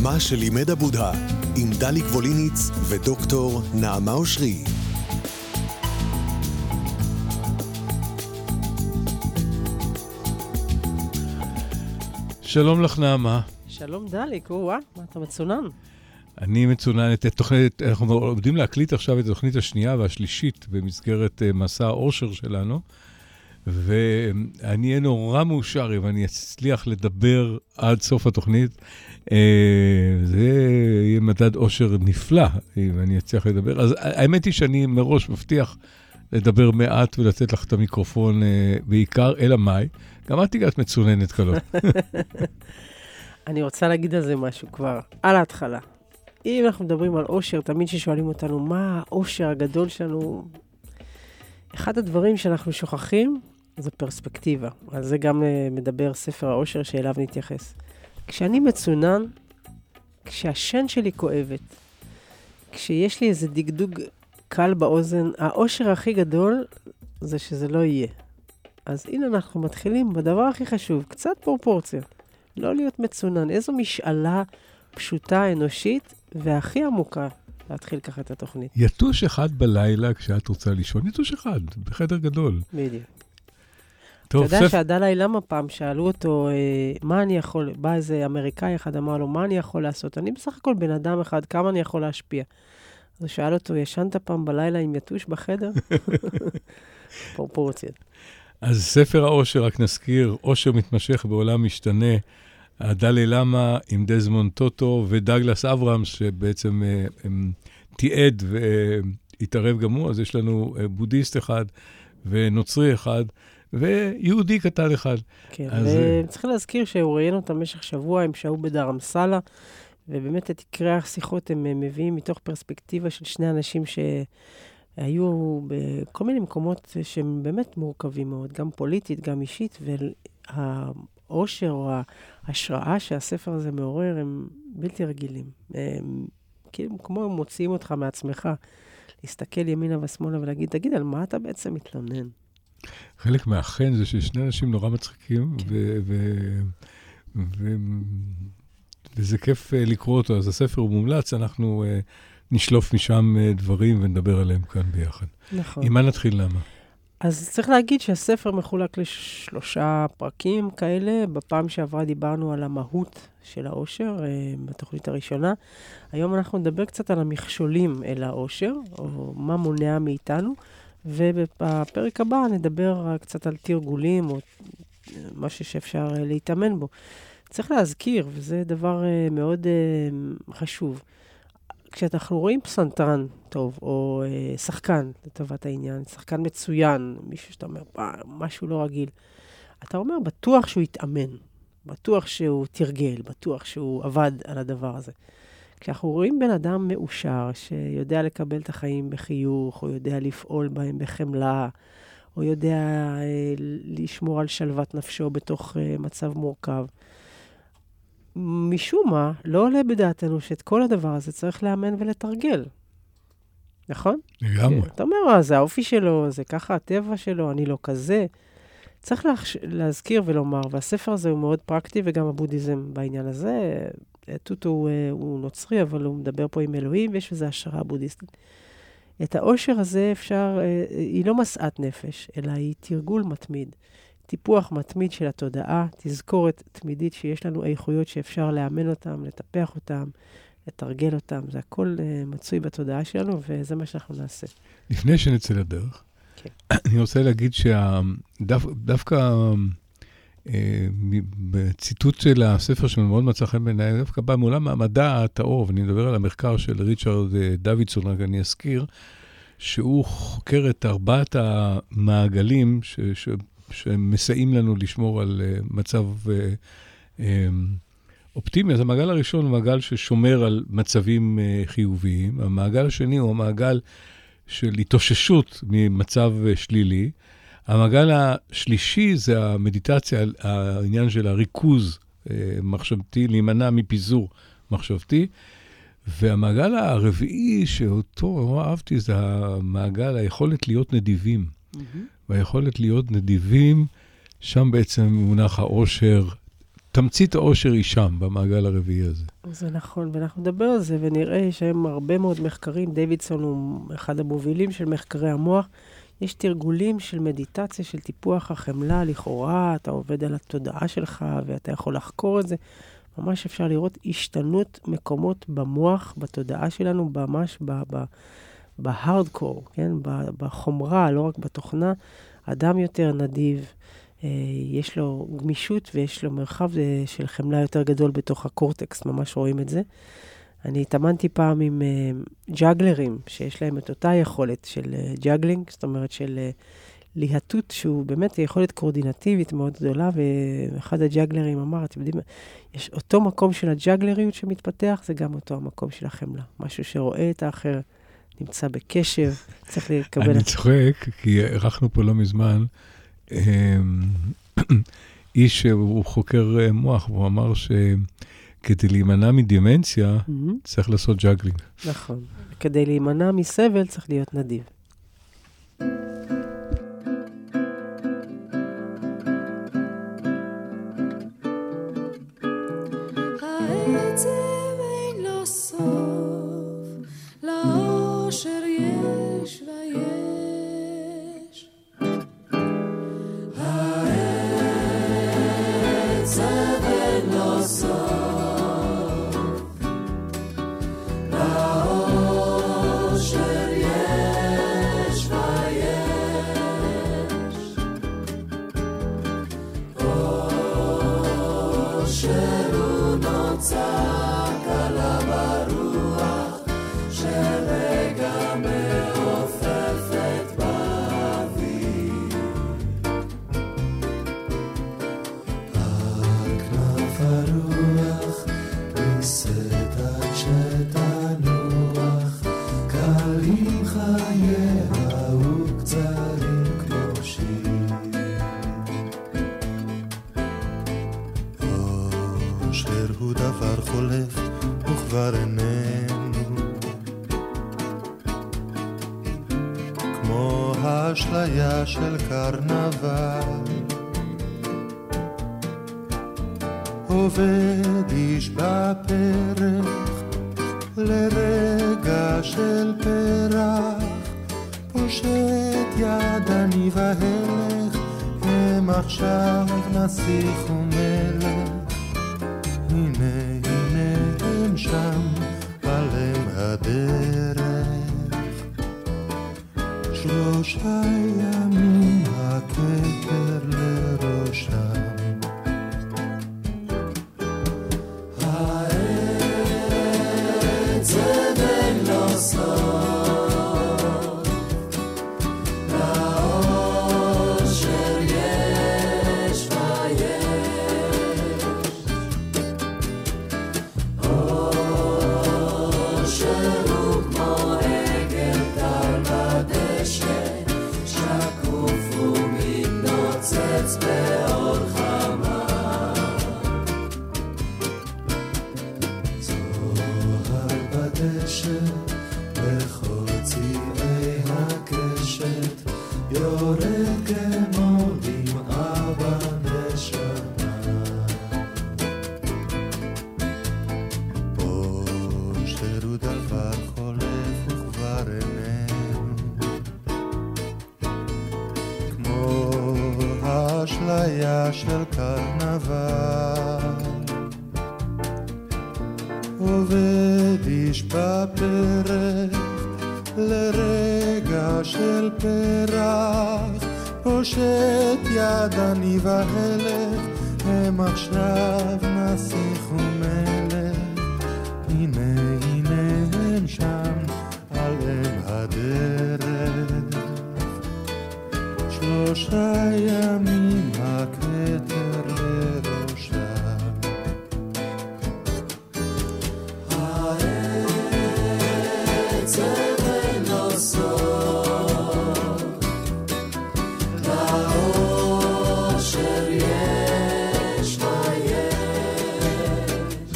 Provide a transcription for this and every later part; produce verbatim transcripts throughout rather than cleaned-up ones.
מה שלימד הבודה, עם דלי גבוליניץ ודוקטור נעמה אושרי. שלום לך נעמה. שלום דלי, וואה, מה אתה מצונן? אני מצונן את תוכנית, אנחנו עובדים להקליט עכשיו את התוכנית השנייה והשלישית במסגרת מסע האושר שלנו, ואני אהיה נורא מאושר אם אני אצליח לדבר עד סוף התוכנית. זה יהיה מדד אושר נפלא אם אני אצליח לדבר. אז האמת היא שאני מראש מבטיח לדבר מעט ולתת לך את המיקרופון בעיקר, אלא מאי. גם את הגעת מצוננת קלות. אני רוצה להגיד על זה משהו כבר, על ההתחלה. אם אנחנו מדברים על אושר, תמיד ששואלים אותנו, מה האושר הגדול שלנו? אחד הדברים שאנחנו שוכחים, זה פרספקטיבה. על זה גם מדבר ספר האושר שאליו נתייחס. כשאני מצונן, כשהשן שלי כואבת, כשיש לי איזה דגדוג קל באוזן, האושר הכי גדול זה שזה לא יהיה. אז הנה אנחנו מתחילים בדבר הכי חשוב, קצת פרופורציה. לא להיות מצונן, איזו משאלה פשוטה, אנושית, והכי עמוקה להתחיל ככה את התוכנית. יתוש אחד בלילה כשאת רוצה לישון, יתוש אחד, בחדר גדול. בדיוק. טוב, אתה יודע ספ... שהדלי למה פעם שאלו אותו, אה, מה אני יכול, בא איזה אמריקאי אחד אמר לו, מה אני יכול לעשות? אני בסך הכל בן אדם אחד, כמה אני יכול להשפיע? אז הוא שאל אותו, ישנת פעם בלילה עם יתוש בחדר? פרופורציה. אז ספר האושר, רק נזכיר, אושר מתמשך בעולם משתנה, הדלי למה עם דזמונד טוטו ודגלס אברהמס, שבעצם אה, הם, תיעד והתערב גם הוא, אז יש לנו אה, בודהיסט אחד ונוצרי אחד, ויהודי קטן אחד. כן, אז... וצריך להזכיר שהוא ראיין אותם במשך שבוע, הם שהו בדרמסלה, ובאמת את עיקרי השיחות הם מביאים מתוך פרספקטיבה של שני אנשים שהיו בכל מיני מקומות שהם באמת מורכבים מאוד, גם פוליטית, גם אישית, והאושר או ההשראה שהספר הזה מעורר הם בלתי רגילים. הם כאילו כמו הם מוציאים אותך מעצמך, להסתכל ימינה ושמאלה ולהגיד, תגיד, על מה אתה בעצם מתלונן? חלק מהחן זה ששני אנשים נורא מצחיקים, ו- ו- ו- וזה כיף לקרוא אותו. אז הספר הוא מומלץ, אנחנו נשלוף משם דברים ונדבר עליהם כאן ביחד. נכון. עם מה נתחיל למה? אז צריך להגיד שהספר מחולק לשלושה פרקים כאלה. בפעם שעברה דיברנו על המהות של האושר, בתוכנית הראשונה. היום אנחנו נדבר קצת על המכשולים אל האושר, או מה מונע מאיתנו. ובפרק הבא נדבר קצת על תרגולים, או משהו שאפשר להתאמן בו. צריך להזכיר, וזה דבר מאוד חשוב, כשאנחנו רואים פסנתרן טוב, או שחקן לטובת העניין, שחקן מצוין, מישהו שאתה אומר, משהו לא רגיל, אתה אומר, בטוח שהוא יתאמן, בטוח שהוא תרגל, בטוח שהוא עבד על הדבר הזה. כשאנחנו רואים בן אדם מאושר, שיודע לקבל את החיים בחיוך, או יודע לפעול בהם בחמלה, או יודע אה, לשמור על שלוות נפשו בתוך אה, מצב מורכב, משום מה, לא עולה בדעתנו שאת כל הדבר הזה צריך לאמן ולתרגל. נכון? לגמרי. אתה אומר, זה האופי שלו, זה ככה הטבע שלו, אני לא כזה. צריך להחש... להזכיר ולומר, והספר הזה הוא מאוד פרקטי, וגם הבודהיזם בעניין הזה, טוטו הוא, הוא נוצרי, אבל הוא מדבר פה עם אלוהים, ויש איזו השראה בודהיסטית. את האושר הזה אפשר, היא לא מסעת נפש, אלא היא תרגול מתמיד. טיפוח מתמיד של התודעה, תזכורת תמידית שיש לנו איכויות שאפשר לאמן אותם, לטפח אותם, לתרגל אותם. זה הכל מצוי בתודעה שלנו, וזה מה שאנחנו נעשה. לפני שנצא לדרך, כן. אני רוצה להגיד שדווקא בציטוט של הספר שמאוד מצא חן בעיניי, דווקא בא מעולם המדע הטהור, ואני מדבר על המחקר של ריצ'רד דוידסון, רק אני אזכיר, שהוא חוקר את ארבעת המעגלים ש... ש... שמסייעים לנו לשמור על מצב אופטימי. אז המעגל הראשון הוא מעגל ששומר על מצבים חיוביים. המעגל השני הוא המעגל של התאוששות ממצב שלילי. המעגל השלישי זה המדיטציה, העניין של הריכוז מחשבתי, להימנע מפיזור מחשבתי. והמעגל הרביעי שאותו אהבתי זה המעגל, היכולת להיות נדיבים. והיכולת להיות נדיבים, שם בעצם מונח האושר תמצית העושר היא שם, במעגל הרביעי הזה. זה נכון, ואנחנו נדבר על זה, ונראה שהם הרבה מאוד מחקרים. דיווידסון הוא אחד המובילים של מחקרי המוח. יש תרגולים של מדיטציה, של טיפוח החמלה, לכאורה, אתה עובד על התודעה שלך, ואתה יכול לחקור את זה. ממש אפשר לראות השתנות מקומות במוח, בתודעה שלנו, ממש בהארדקור, כן? בחומרה, לא רק בתוכנה. אדם יותר נדיב, יש לו גמישות ויש לו מרחב של חמלה יותר גדול בתוך הקורטקס, ממש רואים את זה. אני התאמנתי פעם עם ג'אגלרים, שיש להם את אותה יכולת של ג'אגלינג, זאת אומרת של להטות, שהוא באמת יכולת קורדינטיבית מאוד גדולה, ואחד הג'אגלרים אמר, אתם יודעים, יש אותו מקום של הג'אגלריות שמתפתח, זה גם אותו המקום של החמלה. משהו שרואה את האחר, נמצא בקשב, צריך לקבל... אני צוחק, כי ערכנו פה לא מזמן, איש שהוא חוקר מוח, והוא אמר שכדי להימנע מדמנציה, צריך לעשות ג'אגלינג. נכון. כדי להימנע מסבל, צריך להיות נדיב. של קרנבל עובד איש בפרח לרגע של פרח פושט יד אני והלך הם עכשיו נסיך ומלך הנה הנה הם שם עליהם הדרך שלושה ימים הכתר לראשם העץ אבן לא סוף לאושר יש ויש אושר הוא כמו עגל טל בדשא צץ באור חמה זוהר בדשא בכל צבעי הקשת יורד כמו דמעה בנשמה אושר הוא דבר חולף וכבר איננו כמו אשליה של קרנבל עובד איש בפרח לרגע של פרח פושט יד אני והלך הם עכשיו נסיך ומלך הנה הנה הם שם עליהם הדרך שלושה ימים הכתר לראשה העץ אבן לא סוף לאושר יש ויש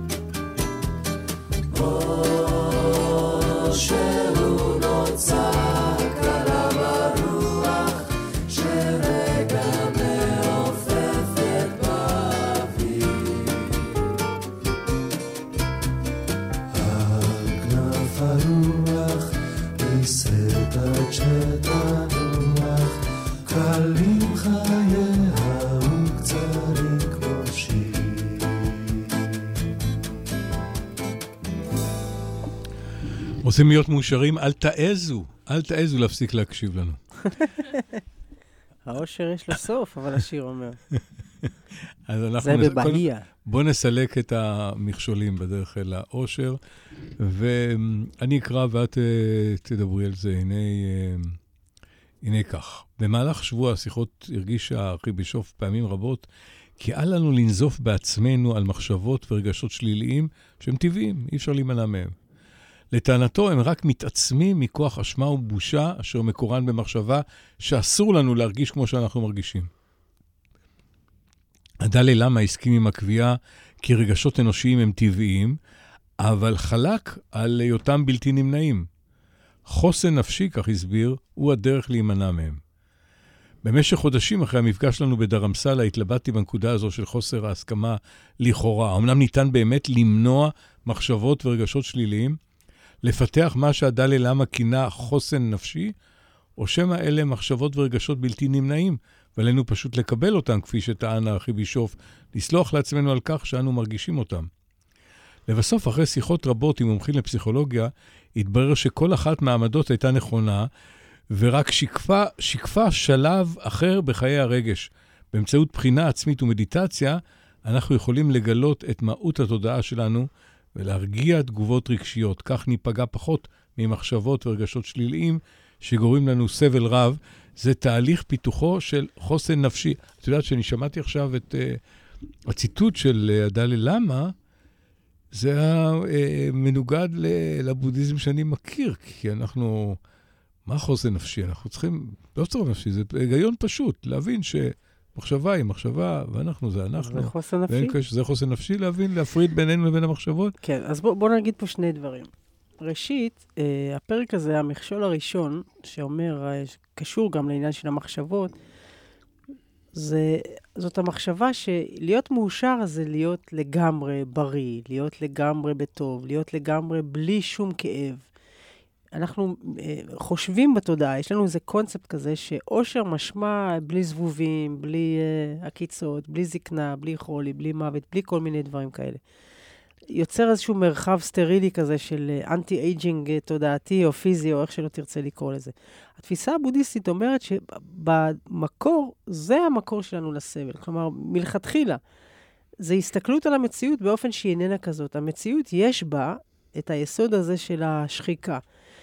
אושר הוא נוצר קרה ברוח שרגע מאוד רוצים להיות מאושרים? אל תעזו, אל תעזו להפסיק להקשיב לנו. האושר יש לו סוף, אבל השיר אומר. זה בבהייה. בוא נסלק את המכשולים בדרך אל האושר, ואני אקרא ואת תדברי על זה. הנה, הנה כך. במהלך שבוע השיחות הרגישה הארכיבישוף פעמים רבות, כי אל לנו לנזוף בעצמנו על מחשבות ורגשות שליליים שהם טבעיים, אי אפשר להימנע מהם. לטענתו הם רק מתעצמים מכוח אשמה ובושה אשר מקורן במחשבה שאסור לנו להרגיש כמו שאנחנו מרגישים. הדלי למה הסכים עם הקביעה כי רגשות אנושיים הם טבעיים, אבל חלק על היותם בלתי נמנעים. חוסן נפשי, כך הסביר, הוא הדרך להימנע מהם. במשך חודשים אחרי המפגש שלנו בדרמסלה התלבטתי בנקודה הזו של חוסר ההסכמה לכאורה. אמנם ניתן באמת למנוע מחשבות ורגשות שליליים, לפתח מה שהדלי למה כינה חוסן נפשי, או שמה אלה מחשבות ורגשות בלתי נמנעים, ועלינו פשוט לקבל אותם, כפי שטען הארכיבישוף, לסלוח לעצמנו על כך שאנו מרגישים אותם. לבסוף, אחרי שיחות רבות עם מומחים לפסיכולוגיה, התברר שכל אחת מהעמדות הייתה נכונה, ורק שיקפה, שיקפה שלב אחר בחיי הרגש. באמצעות בחינה עצמית ומדיטציה, אנחנו יכולים לגלות את מהות התודעה שלנו, ולהרגיע תגובות רגשיות. כך ניפגע פחות ממחשבות ורגשות שליליים, שגורמים לנו סבל רב. זה תהליך פיתוחו של חוסן נפשי. את יודעת שאני שמעתי עכשיו את uh, הציטוט של uh, הדלי למה, זה מנוגד לבודהיזם שאני מכיר, כי אנחנו, מה חוסן נפשי? אנחנו צריכים, לא צריך נפשי, זה היגיון פשוט, להבין שמחשבה היא מחשבה, ואנחנו זה אנחנו. זה חוסן נפשי? זה חוסן נפשי, להבין, להפריד בינינו לבין המחשבות. כן, אז בוא, בוא נגיד פה שני דברים. ראשית, אה, הפרק הזה, המכשול הראשון, שאומר, אה, קשור גם לעניין של המחשבות, זה, זאת המחשבה שלהיות מאושר זה להיות לגמרי בריא, להיות לגמרי בטוב, להיות לגמרי בלי שום כאב. אנחנו אה, חושבים בתודעה, יש לנו איזה קונספט כזה שאושר משמע בלי זבובים, בלי אה, עקיצות, בלי זקנה, בלי חולי, בלי מוות, בלי כל מיני דברים כאלה. יוצר איזשהו מרחב סטרילי כזה של אנטי-אייג'ינג תודעתי או פיזי, או איך שלא תרצה לקרוא לזה. התפיסה הבודהיסטית אומרת שבמקור, זה המקור שלנו לסבל. כלומר, מלכתחילה, זה הסתכלות על המציאות באופן שהיא איננה כזאת. המציאות יש בה את היסוד הזה של השחיקה.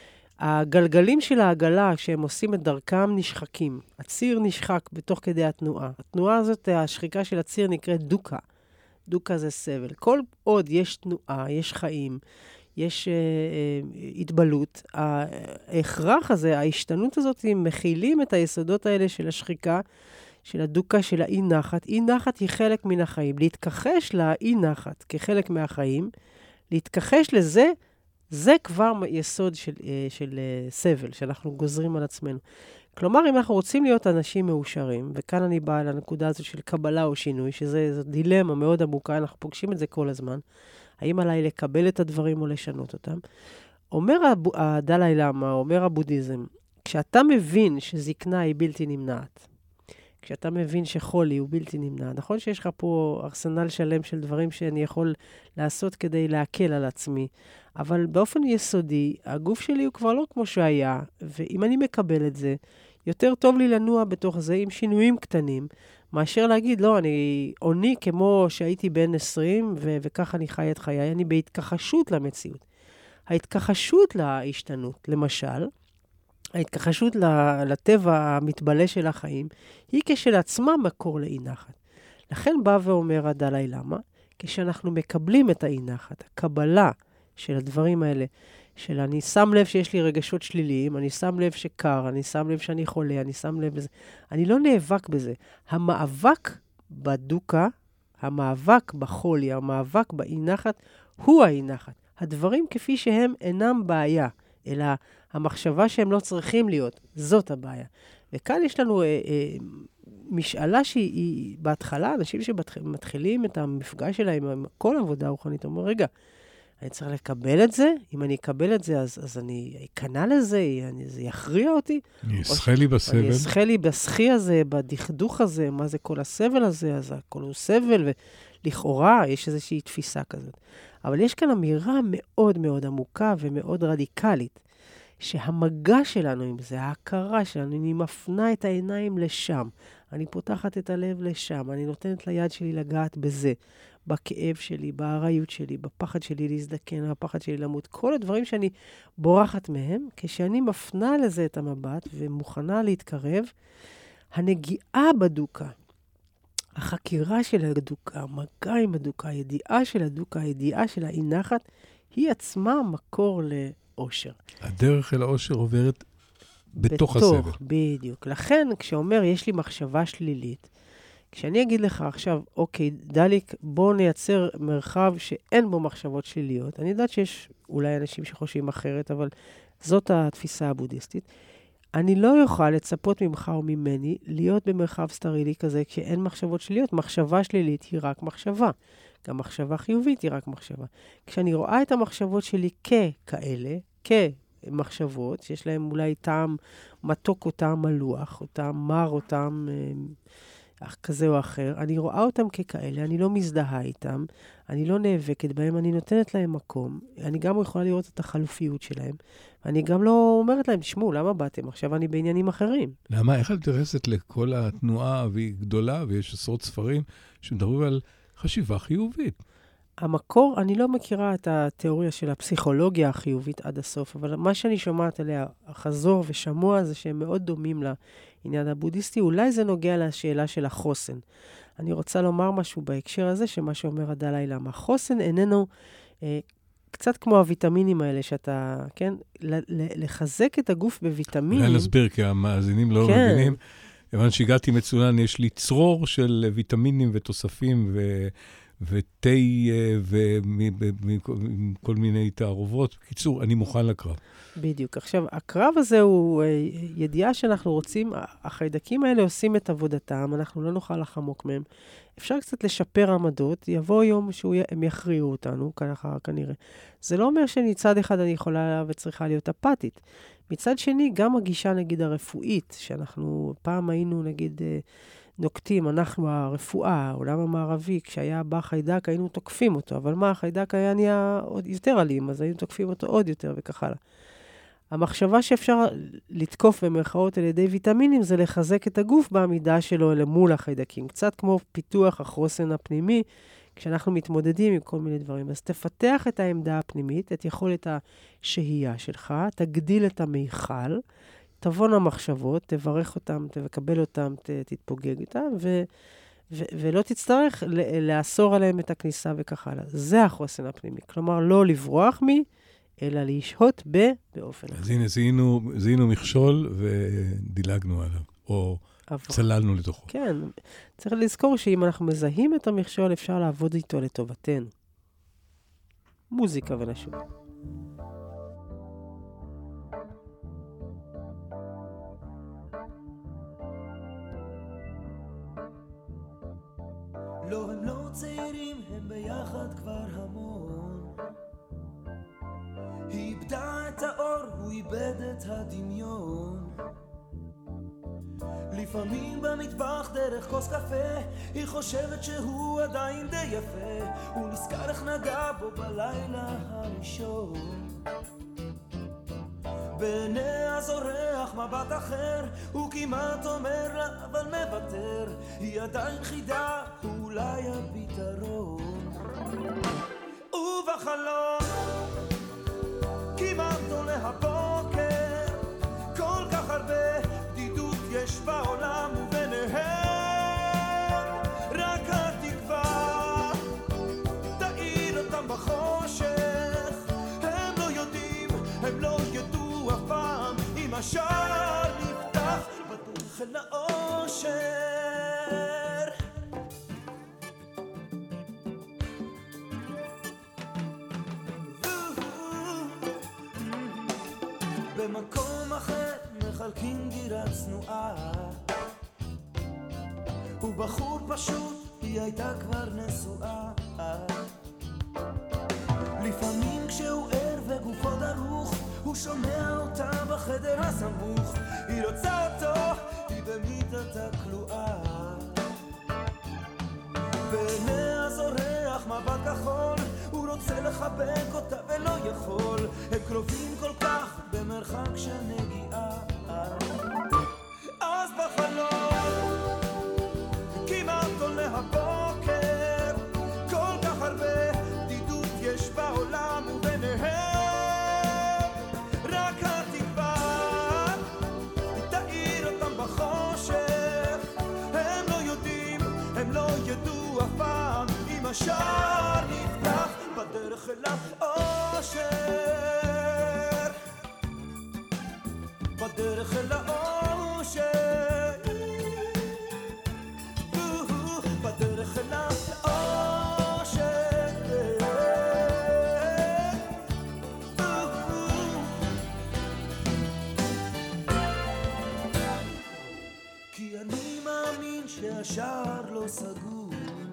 הגלגלים של העגלה, כשהם עושים את דרכם, נשחקים. הציר נשחק בתוך כדי התנועה. התנועה הזאת, השחיקה של הציר נקראת דוקה. דוקה זה סבל. כל עוד יש תנועה, יש חיים, יש אה, אה, התבלות, ההכרח הזה, ההשתנות הזאת, הם מכילים את היסודות האלה של השחיקה, של הדוקה, של האי נחת. אי נחת היא חלק מן החיים. להתכחש לאי נחת כחלק מהחיים, להתכחש לזה, זה כבר יסוד של, אה, של אה, סבל, שאנחנו גוזרים על עצמנו. כלומר, אם אנחנו רוצים להיות אנשים מאושרים, וכאן אני באה לנקודה הזו של קבלה או שינוי, שזו דילמה מאוד עמוקה, אנחנו פוגשים את זה כל הזמן, האם עליי לקבל את הדברים או לשנות אותם. אומר הדלי למה, אומר הבודהיזם, כשאתה מבין שזקנה היא בלתי נמנעת, כשאתה מבין שחולי הוא בלתי נמנע, נכון שיש לך פה ארסנל שלם של דברים שאני יכול לעשות כדי להקל על עצמי, אבל באופן יסודי, הגוף שלי הוא כבר לא כמו שהיה, ואם אני מקבל את זה, יותר טוב לי לנוע בתוך זה עם שינויים קטנים, מאשר להגיד, לא, אני עוני כמו שהייתי בן עשרים, ו- וכך אני חי את חיי, אני בהתכחשות למציאות. ההתכחשות להשתנות, למשל, ההתכחשות לטבע המתבלה של החיים, היא כשלעצמה מקור לאי נחת. לכן בא ואומר הדלי למה, כשאנחנו מקבלים את האי נחת, הקבלה של הדברים האלה, של אני שם לב שיש לי רגשות שליליים, אני שם לב שקר, אני שם לב שאני חולה, אני שם לב בזה. אני לא נאבק בזה. המאבק בדוקה, המאבק בחולי, המאבק באי נחת, הוא האי נחת. הדברים כפי שהם אינם בעיה, אלא המחשבה שהם לא צריכים להיות, זאת הבעיה. וכאן יש לנו אה, אה, משאלה שהיא בהתחלה, אנשים שמתחילים את המפגש שלהם עם כל עבודה רוחנית, אומרים, רגע, אני צריך לקבל את זה, אם אני אקבל את זה, אז, אז אני אכנע לזה, אני, זה יכריע אותי. אני אסחה לי בסבל. אני אסחה לי בסחי הזה, בדכדוך הזה, מה זה כל הסבל הזה, אז הכל הוא סבל, ולכאורה יש איזושהי תפיסה כזאת. אבל יש כאן אמירה מאוד מאוד עמוקה ומאוד רדיקלית, שהמגע שלנו עם זה, ההכרה שלנו, אני מפנה את העיניים לשם, אני פותחת את הלב לשם, אני נותנת ליד שלי לגעת בזה, בכאב שלי, בארעיות שלי, בפחד שלי להזדקן, בפחד שלי למות, כל הדברים שאני בורחת מהם, כשאני מפנה לזה את המבט ומוכנה להתקרב, הנגיעה בדוקה, החקירה של הדוקה, המגע עם הדוקה, הידיעה של הדוקה, הידיעה של האי-נחת, היא עצמה מקור לאושר. הדרך אל האושר עוברת בתוך, בתוך הסבל. בדיוק. לכן, כשאומר, יש לי מחשבה שלילית, כשאני אגיד לך עכשיו, אוקיי, דליק, בוא נייצר מרחב שאין בו מחשבות שליליות. אני יודעת שיש אולי אנשים שחושבים אחרת, אבל זאת התפיסה הבודהיסטית. אני לא יוכל לצפות ממך או ממני להיות במרחב סטרילי כזה, כשאין מחשבות שליליות. מחשבה שלילית היא רק מחשבה. גם מחשבה חיובית היא רק מחשבה. כשאני רואה את המחשבות שלי ככאלה, כמחשבות, שיש להם אולי טעם מתוק או טעם מלוח, או טעם מר או טעם אה, כזה או אחר, אני רואה אותם ככאלה, אני לא מזדהה איתם, אני לא נאבקת בהם, אני נותנת להם מקום, אני גם יכולה לראות את החלופיות שלהם, אני גם לא אומרת להם, תשמעו, למה באתם? עכשיו אני בעניינים אחרים. למה? איך את מתייחסת לכל התנועה, והיא גדולה, ויש עשרות ספרים שמדברים על חשיבה חיובית? המקור, אני לא מכירה את התיאוריה של הפסיכולוגיה החיובית עד הסוף, אבל מה שאני שומעת עליה, החזור ושמוע, זה שהם מאוד דומים לעניין הבודהיסטי. אולי זה נוגע לשאלה של החוסן. אני רוצה לומר משהו בהקשר הזה, שמה שאומר הדלאי למה. החוסן איננו אה, קצת כמו הוויטמינים האלה, שאתה, כן, לחזק את הגוף בוויטמינים. אולי נסביר, כי המאזינים לא כן. מבינים. כיוון שהגעתי מצוין, יש לי צרור של ויטמינים ותוספים ו... ותה וכל מיני תערובות. בקיצור, אני מוכן לקרב. בדיוק. עכשיו, הקרב הזה הוא ידיעה שאנחנו רוצים, החיידקים האלה עושים את עבודתם, אנחנו לא נוכל לחמוק מהם. אפשר קצת לשפר עמדות, יבוא יום שהם יכריעו אותנו, ככה כנראה. זה לא אומר שמצד אחד אני יכולה וצריכה להיות אפתית. מצד שני, גם הגישה, נגיד, הרפואית, שאנחנו פעם היינו, נגיד, נוקטים, אנחנו הרפואה, העולם המערבי, כשהיה בא חיידק, היינו תוקפים אותו, אבל מה, החיידק היה נהיה עוד יותר אלים, אז היינו תוקפים אותו עוד יותר וכך הלאה. המחשבה שאפשר לתקוף במרכאות על ידי ויטמינים, זה לחזק את הגוף בעמידה שלו למול החיידקים. קצת כמו פיתוח החוסן הפנימי, כשאנחנו מתמודדים עם כל מיני דברים. אז תפתח את העמדה הפנימית, את יכולת השהייה שלך, תגדיל את המיכל, תבון המחשבות, תברך אותם, תקבל אותם, ת, תתפוגג איתם, ו, ו, ולא תצטרך לאסור עליהם את הכניסה וכך הלאה. זה החוסן הפנימי. כלומר, לא לברוח מי, אלא להשהות ב, באופן אחר. אז הנה, זיהינו, זיהינו מכשול ודילגנו עליו, או עבר. צללנו לתוכו. כן, צריך לזכור שאם אנחנו מזהים את המכשול, אפשר לעבוד איתו לטובתנו. מוזיקה ונשוב. לא, הם לא צעירים, הם ביחד כבר המון. היא איבדה את האור, הוא איבד את הדמיון. לפעמים במטבח דרך כוס קפה, היא חושבת שהוא עדיין די יפה. הוא נזכר איך נגע בו בלילה הראשון. בעיניה זורח מבט אחר, הוא כמעט אומר לה אבל מוותר. היא עדיין חידה, אולי הפתרון. ובחלום כמעט עולה הבוקר, כל כך הרבה בדידות יש בעולם, וביניהם רק התקווה תאיר אותם בחושך. הם לא יודעים, הם לא ידעו אף פעם, אם השער נפתח בדרך אל האושר. במקום אחר מחלקים גירה צנועה, הוא בחור פשוט, היא הייתה כבר נשואה. לפעמים כשהוא ער וגופו דרוך, הוא שומע אותה בחדר הסמוך, היא רוצה אותו, היא במיטתה כלואה. בעיניה זורח מבט כחול, הוא רוצה לחבק אותה ולא יכול, הם קרובים כל כך במרחק של נגיעה. אז בחלום כמעט עולה הבוקר, כל כך הרבה בדידות יש בעולם, וביניהם רק התקווה תאיר אותם בחושך. הם לא יודעים, הם לא ידעו אף פעם אם השער נפתח בדרך אל האושר, בדרך אל האושר, בדרך אל האושר. כי אני מאמין שהשער לא סגור,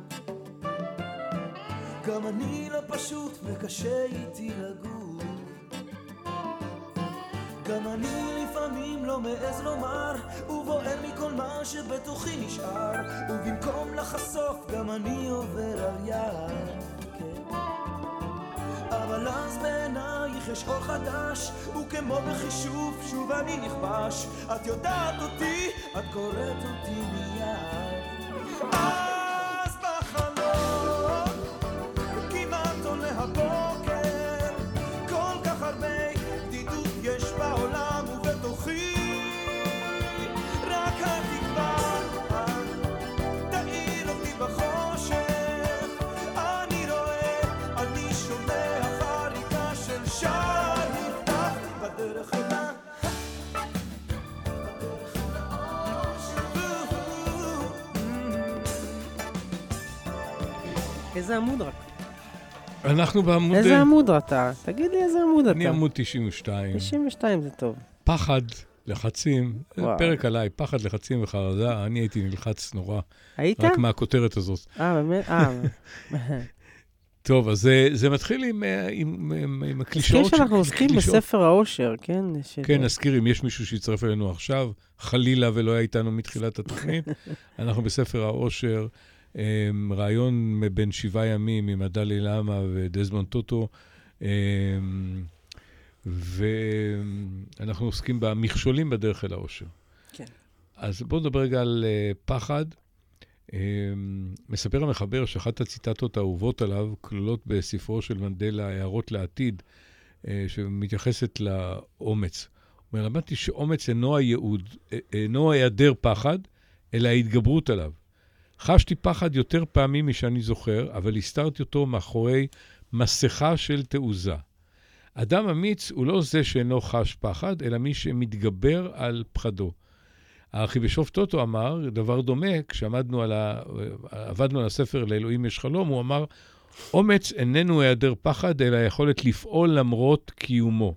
גם אני לא פשוט וקשה איתי לגור, גם אני לפעמים לא מעז לומר, ובוער מכל מה שבתוכי נשאר, ובמקום לחשוף גם אני עובר על יד, כן. אבל אז בעינייך יש אור חדש, וכמו בחישוב שוב אני נכבש, את יודעת אותי, את קוראת אותי מיד. אז בחלום כמעט עולה הבוקר, כל כך הרבה בדידות יש בעולם, ובתוכי רק התקווה תאיר אותי בחושך. אני רואה, אני שומע חריקה של שער נפתח בדרך אל ה... בדרך אל האושר. איזה עמוד רק? אנחנו בעמוד... איזה עמוד אתה? תגיד לי איזה עמוד אתה. אני עמוד תשעים ושתיים. תשעים ושתיים זה טוב. פחד, לחצים, וואו. פרק עליי, פחד, לחצים וחרדה, אני הייתי נלחץ נורא, היית? רק מהכותרת הזאת. אה, באמת? אה. טוב, אז זה, זה מתחיל עם, עם, עם, עם הקלישאות. תזכיר שאנחנו עוסקים קלישאות. בספר האושר, כן? של... כן, נזכיר, אם יש מישהו שיצטרף אלינו עכשיו, חלילה ולא היה איתנו מתחילת התוכנית, אנחנו בספר האושר, רעיון בין שבעה ימים עם הדלי למה ודזמונד טוטו, ואנחנו עוסקים במכשולים בדרך אל האושר. כן. אז בואו נדבר רגע על פחד. מספר המחבר שאחת הציטטות האהובות עליו כלולות בספרו של מנדלה, הערות לעתיד, שמתייחסת לאומץ. הוא אומר, למדתי שאומץ אינו הייעוד, אינו היעדר פחד, אלא ההתגברות עליו. חשתי פחד יותר פעמים משאני זוכר, אבל הסתרתי אותו מאחורי מסכה של תעוזה. אדם אמיץ הוא לא זה שאינו חש פחד, אלא מי שמתגבר על פחדו. הארכיבישוף טוטו אמר, דבר דומה, כשעמדנו על ה... עבדנו על הספר לאלוהים יש חלום, הוא אמר, אומץ איננו היעדר פחד, אלא היכולת לפעול למרות קיומו.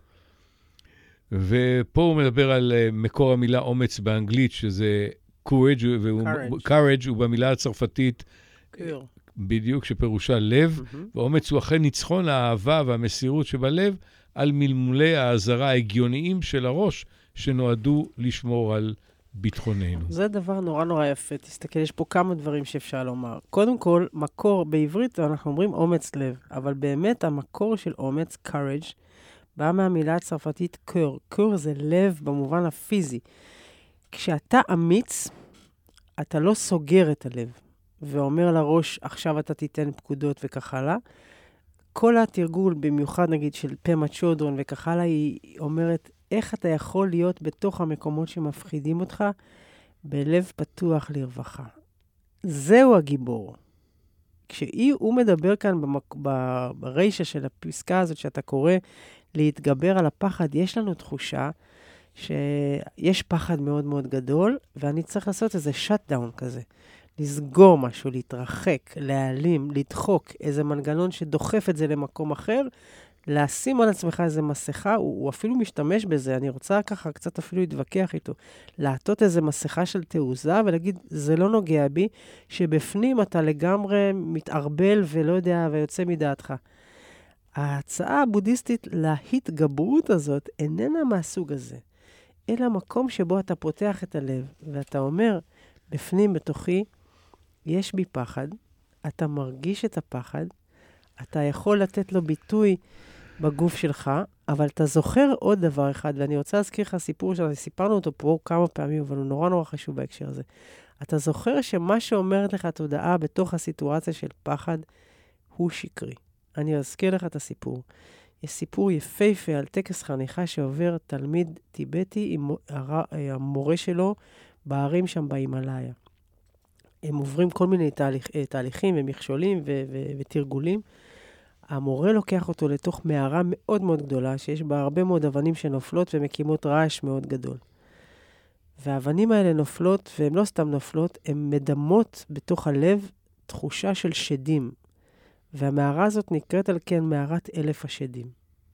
ופה הוא מדבר על מקור המילה אומץ באנגלית, שזה courage, והוא, courage הוא במילה הצרפתית, בדיוק שפירושה לב, mm-hmm. ואומץ הוא אכן ניצחון האהבה והמסירות שבלב, על מלמולי העזרה ההגיוניים של הראש, שנועדו לשמור על ביטחוננו. זה דבר נורא נורא יפה. תסתכל, יש פה כמה דברים שאפשר לומר. קודם כל, מקור, בעברית אנחנו אומרים אומץ לב, אבל באמת המקור של אומץ, courage, בא מהמילה הצרפתית קור. קור זה לב במובן הפיזי. כשאתה אמיץ, אתה לא סוגר את הלב, ואומר לראש, עכשיו אתה תיתן פקודות וכך הלאה. כל התרגול, במיוחד נגיד של פמה צ'ודרון וכך הלאה, היא אומרת, איך אתה יכול להיות בתוך המקומות שמפחידים אותך, בלב פתוח לרווחה. זהו הגיבור. כשהוא מדבר כאן במק... ברשע של הפסקה הזאת שאתה קורא, להתגבר על הפחד, יש לנו תחושה שיש פחד מאוד מאוד גדול, ואני צריך לעשות איזה shutdown כזה. לסגור משהו, להתרחק, להעלים, לדחוק, איזה מנגנון שדוחף את זה למקום אחר, לשים על עצמך איזה מסכה, הוא, הוא אפילו משתמש בזה, אני רוצה ככה קצת אפילו להתווכח איתו, לעטות איזה מסכה של תעוזה ולהגיד, זה לא נוגע בי, שבפנים אתה לגמרי מתערבל ולא יודע, ויוצא מדעתך. ההצעה הבודהיסטית להתגברות הזאת איננה מהסוג הזה, אלא מקום שבו אתה פותח את הלב, ואתה אומר, בפנים בתוכי, יש בי פחד, אתה מרגיש את הפחד, אתה יכול לתת לו ביטוי בגוף שלך, אבל אתה זוכר עוד דבר אחד, ואני רוצה להזכיר לך סיפור שסיפרנו אותו פה כמה פעמים, אבל הוא נורא נורא חשוב בהקשר הזה. אתה זוכר שמה שאומרת לך תודעה בתוך הסיטואציה של פחד, הוא שקרי. אני אזכיר לך את הסיפור. יש סיפור יפהפה על טקס חניכה שעובר תלמיד טיבטי עם המורה שלו בערים שם בהימאליה. הם עוברים כל מיני תהליך, תהליכים ומכשולים ו- ו- ותרגולים. המורה לוקח אותו לתוך מערה מאוד מאוד גדולה, שיש בה הרבה מאוד אבנים שנופלות ומקימות רעש מאוד גדול. והאבנים האלה נופלות, והן לא סתם נופלות, הן מדמות בתוך הלב תחושה של שדים. והמערה הזאת נקראת על כן מערת אלף השדים.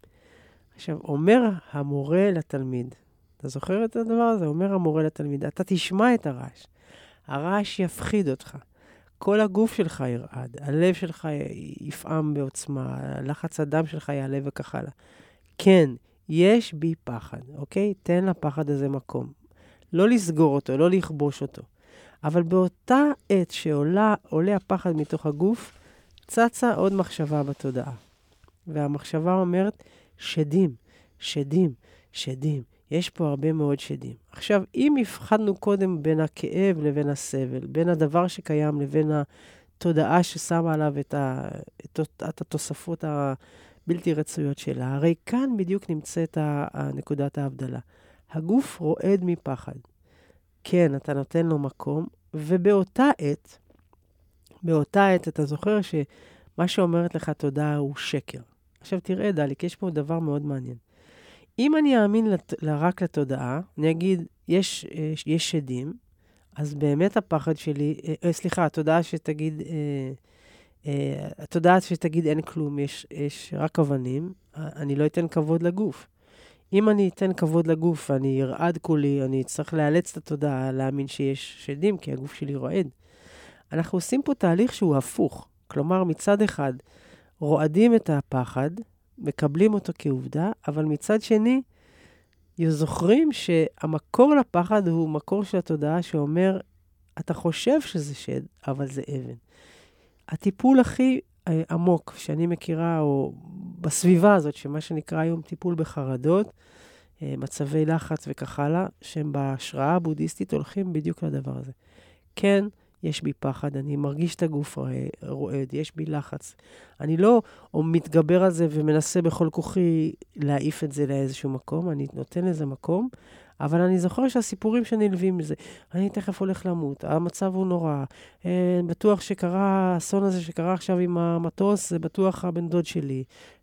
עכשיו, אומר המורה לתלמיד, אתה זוכר את הדבר הזה? אומר המורה לתלמיד, אתה תשמע את הרעש. הרעש יפחיד אותך. כל הגוף שלך ירעד, הלב שלך יפעם בעוצמה, לחץ הדם שלך יעלה וכך הלאה. כן, יש בי פחד, אוקיי? תן לפחד הזה מקום. לא לסגור אותו, לא לכבוש אותו. אבל באותה עת שעולה עולה הפחד מתוך הגוף, צצה עוד מחשבה בתודעה. והמחשבה אומרת, שדים, שדים, שדים. יש פה הרבה מאוד שדים. עכשיו, אם הבחדנו קודם בין הכאב לבין הסבל, בין הדבר שקיים לבין התודעה ששמה עליו את, ה, את, את התוספות הבלתי רצויות שלה, הרי כאן בדיוק נמצאת נקודת ההבדלה. הגוף רועד מפחד. כן, אתה נותן לו מקום, ובאותה עת, באותה עת אתה זוכר שמה שאומרת לך תודעה הוא שקר. עכשיו תראה, דליק, יש פה דבר מאוד מעניין. אם אני אאמין לת... רק לתודעה, אני אגיד, יש, יש שדים, אז באמת הפחד שלי, אה, סליחה, התודעה שתגיד, אה, אה, התודעה שתגיד אין כלום, יש, יש רק אבנים, אני לא אתן כבוד לגוף. אם אני אתן כבוד לגוף ואני ארעד כולי, אני צריך לאלץ את התודעה להאמין שיש שדים, כי הגוף שלי רועד. אנחנו עושים פה תהליך שהוא הפוך. כלומר, מצד אחד, רועדים את הפחד, מקבלים אותו כעובדה, אבל מצד שני, זוכרים שהמקור לפחד הוא מקור של התודעה שאומר, אתה חושב שזה שד, אבל זה אבן. הטיפול הכי עמוק שאני מכירה, או בסביבה הזאת, שמה שנקרא היום טיפול בחרדות, מצבי לחץ וכך הלאה, שהם בהשראה הבודהיסטית הולכים בדיוק לדבר הזה. כן, יש בי פחד, אני מרגיש את הגוף רועד, יש בי לחץ. אני לא או מתגבר על זה ומנסה בכל כוחי להעיף את זה לאיזשהו מקום, אני נותן לזה מקום, אבל אני זוכר שהסיפורים שנלווים לזה, אני תכף הולך למות, המצב הוא נורא, בטוח שקרה, האסון הזה שקרה עכשיו עם המטוס, זה בטוח הבן דוד שלי,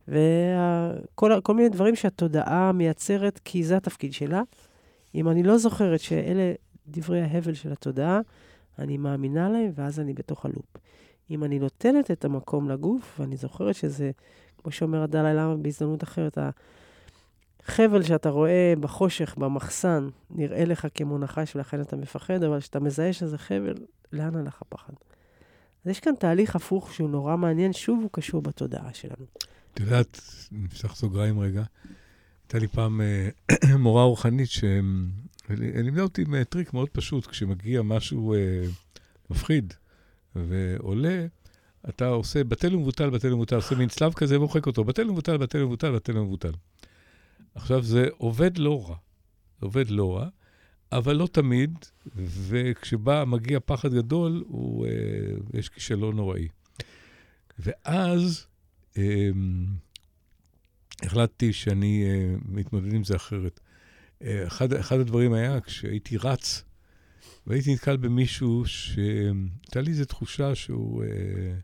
וכל כל מיני דברים שהתודעה מייצרת, כי זה התפקיד שלה. אם אני לא זוכרת שאלה דברי ההבל של התודעה, אני מאמינה להם, ואז אני בתוך הלופ. אם אני נותנת את המקום לגוף, ואני זוכרת שזה, כמו שאומר הדלי למה בהזדמנות אחרת, החבל שאתה רואה בחושך, במחסן, נראה לך כמו נחש, ולכן אתה מפחד, אבל כשאתה מזהה שזה חבל, לאן הלך הפחד? אז יש כאן תהליך הפוך שהוא נורא מעניין, שוב הוא קשור בתודעה שלנו. את יודעת, נפתח סוגריים רגע, הייתה לי פעם מורה רוחנית שלימדה אותי עם טריק מאוד פשוט, כשמגיע משהו אה, מפחיד ועולה, אתה עושה בטל ומבוטל, בטל ומבוטל, עושה מין צלב כזה ומוחק אותו, בטל ומבוטל, בטל ומבוטל, בטל ומבוטל. עכשיו זה עובד לא רע, זה עובד לא רע, אבל לא תמיד, וכשבא, מגיע פחד גדול, הוא, אה, יש כישלון נוראי. ואז אה, החלטתי שאני אה, מתמודד עם זה אחרת. אה, אחד, אחד הדברים היה, כשהייתי רץ, והייתי נתקל במישהו שהייתה לי איזו תחושה שהוא אה,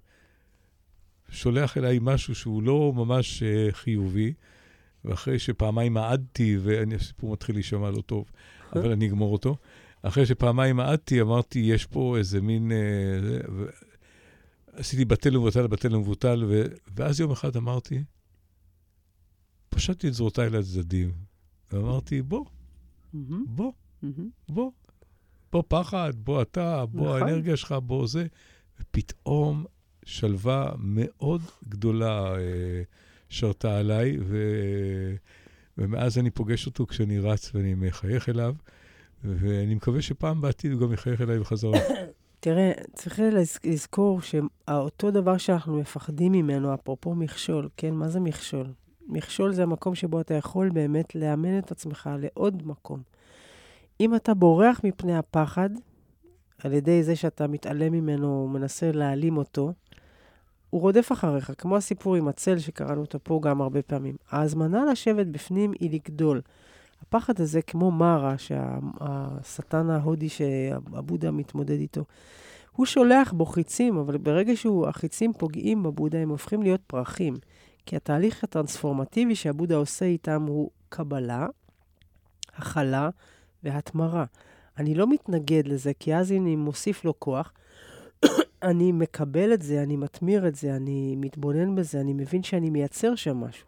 שולח אליי משהו שהוא לא ממש אה, חיובי, ואחרי שפעמיים מעדתי, ואני הסיפור מתחיל להישמע לא טוב, אבל אני אגמור אותו. אחרי שפעמיים מעדתי, אמרתי, יש פה איזה מין... אה, ו... עשיתי בטל ומבוטל, בטל ומבוטל, ו... ואז יום אחד אמרתי, פשטתי את זרועותיי לצדדים, ואמרתי, בוא, בוא, בוא, בוא פחד, בוא אתה, בוא האנרגיה שלך, בוא זה. ופתאום שלווה מאוד גדולה אה, שרתה עליי, ו... ומאז אני פוגש אותו כשאני רץ ואני מחייך אליו, ואני מקווה שפעם בעתיד הוא גם יחייך אליי בחזרה. תראה, צריך לזכור שאותו דבר שאנחנו מפחדים ממנו, אפרופו מכשול, כן? מה זה מכשול? מכשול זה המקום שבו אתה יכול באמת לאמן את עצמך לעוד מקום. אם אתה בורח מפני הפחד, על ידי זה שאתה מתעלם ממנו, מנסה להעלים אותו, הוא רודף אחריך, כמו הסיפור עם הצל שקראנו אותו פה גם הרבה פעמים. ההזמנה לשבת בפנים היא לגדול. הפחד הזה כמו מרה, שהשטן ההודי שהבודה מתמודד איתו, הוא שולח בו חיצים, אבל ברגע שהחיצים פוגעים בבודה, הם הופכים להיות פרחים. כי התהליך הטרנספורמטיבי שהבודה עושה איתם הוא קבלה, הכלה והתמרה. אני לא מתנגד לזה, כי אז אני מוסיף לו כוח, אני מקבל את זה, אני מתמיר את זה, אני מתבונן בזה, אני מבין שאני מייצר שם משהו.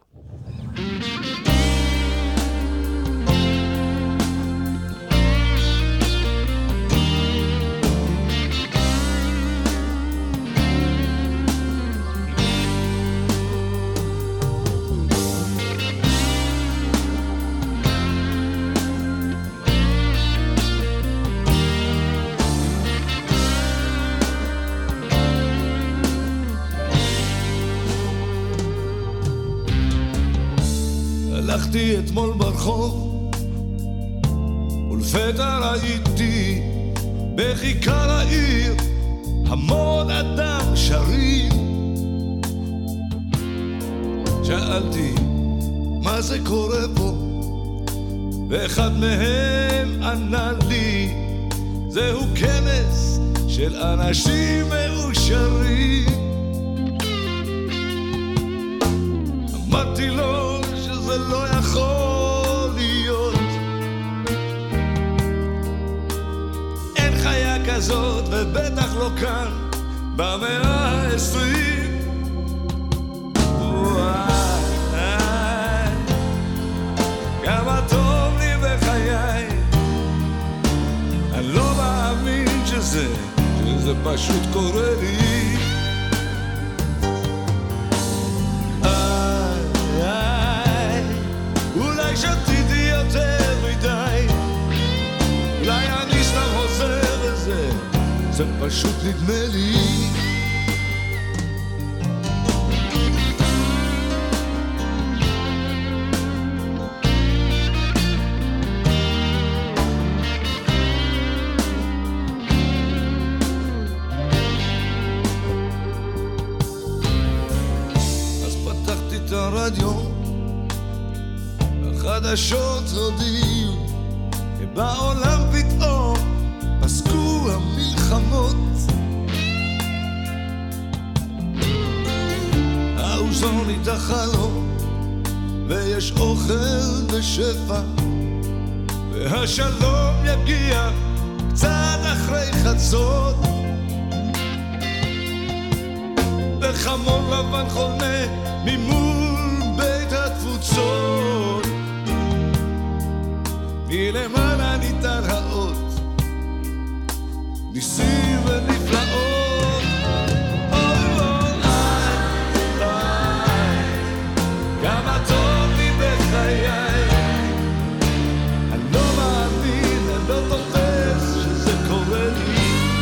הלכתי אתמול ברחוב ולפתע ראיתי בכיכר העיר המון אדם שרים. שאלתי מה זה קורה פה, ואחד מהם ענה לי זהו כנס של אנשים מאושרים. אמרתי לו זה לא יכול להיות, אין חיה כזאת ובטח לא כאן במאה העשרים. כמה טוב לי בחיי, אני לא מאמין שזה, שזה פשוט קורה לי. שתיתי יותר מדי, אולי אני סתם חוזר לזה, זה פשוט נדמה לי. אז פתחתי את הרדיו, חדשות הודיעו שבעולם פתאום פסקו המלחמות, האוזון נידחה לו ויש אוכל בשפע, והשלום יגיע קצת אחרי חצות, וחמור לבן חונה ממול בית התפוצות, מלמעלה ניתן האות ניסים ונפלאות. אוי אוי אוי, כמה טוב לי בחיי, אני לא מאמין, אני לא תופס שזה קורה לי.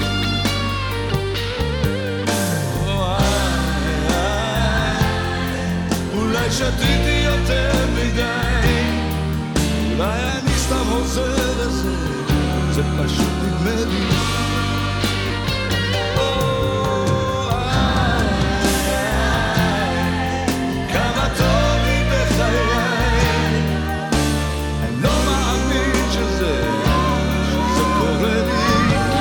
אוי אוי, אולי שתיתי יותר מדי, אולי אני סתם חוזר לזה, זה פשוט נדמה לי. כמה טוב לי בחיי, אני לא מאמין שזה, שזה קורה לי.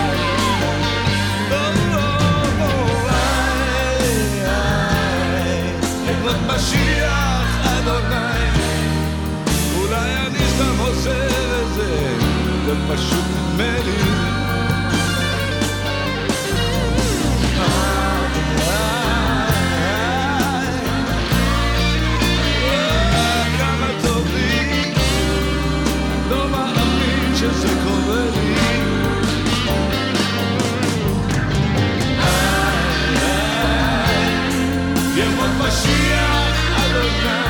ימות משיח אדוני, אולי אני סתם חוזר לזה, זה פשוט נדמה לי. כמה טוב לי, לא מאמין שזה קורה לי. ימות משיח אדוני,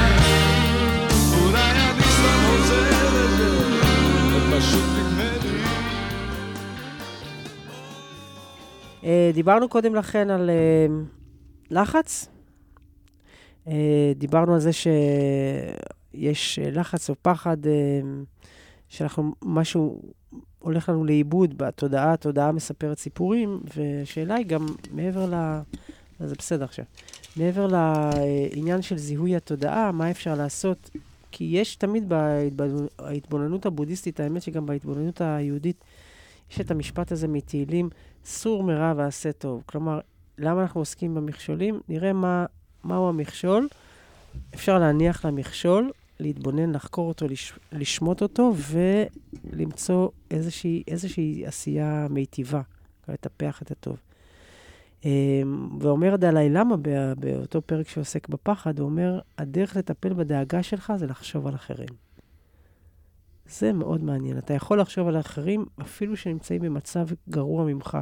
דיברנו קודם לכן על uh, לחץ. Uh, דיברנו על זה שיש לחץ או פחד, uh, שאנחנו, משהו הולך לנו לאיבוד בתודעה, התודעה מספרת סיפורים, והשאלה היא גם מעבר ל... זה בסדר עכשיו. מעבר לעניין של זיהוי התודעה, מה אפשר לעשות? כי יש תמיד בהתבוננות הבודהיסטית, האמת שגם בהתבוננות היהודית, יש את המשפט הזה מתהילים, סור מרע ועשה טוב. כלומר, למה אנחנו עוסקים במכשולים? נראה מה, מהו המכשול. אפשר להניח למכשול, להתבונן, לחקור אותו, לש, לשמות אותו, ולמצוא איזושהי, איזושהי עשייה מיטיבה, לטפח את הטוב. ואומר דלאי למה באותו פרק שעוסק בפחד, הוא אומר, הדרך לטפל בדאגה שלך זה לחשוב על אחרים. זה מאוד מעניין. אתה יכול לחשוב על אחרים, אפילו שנמצאים במצב גרוע ממך,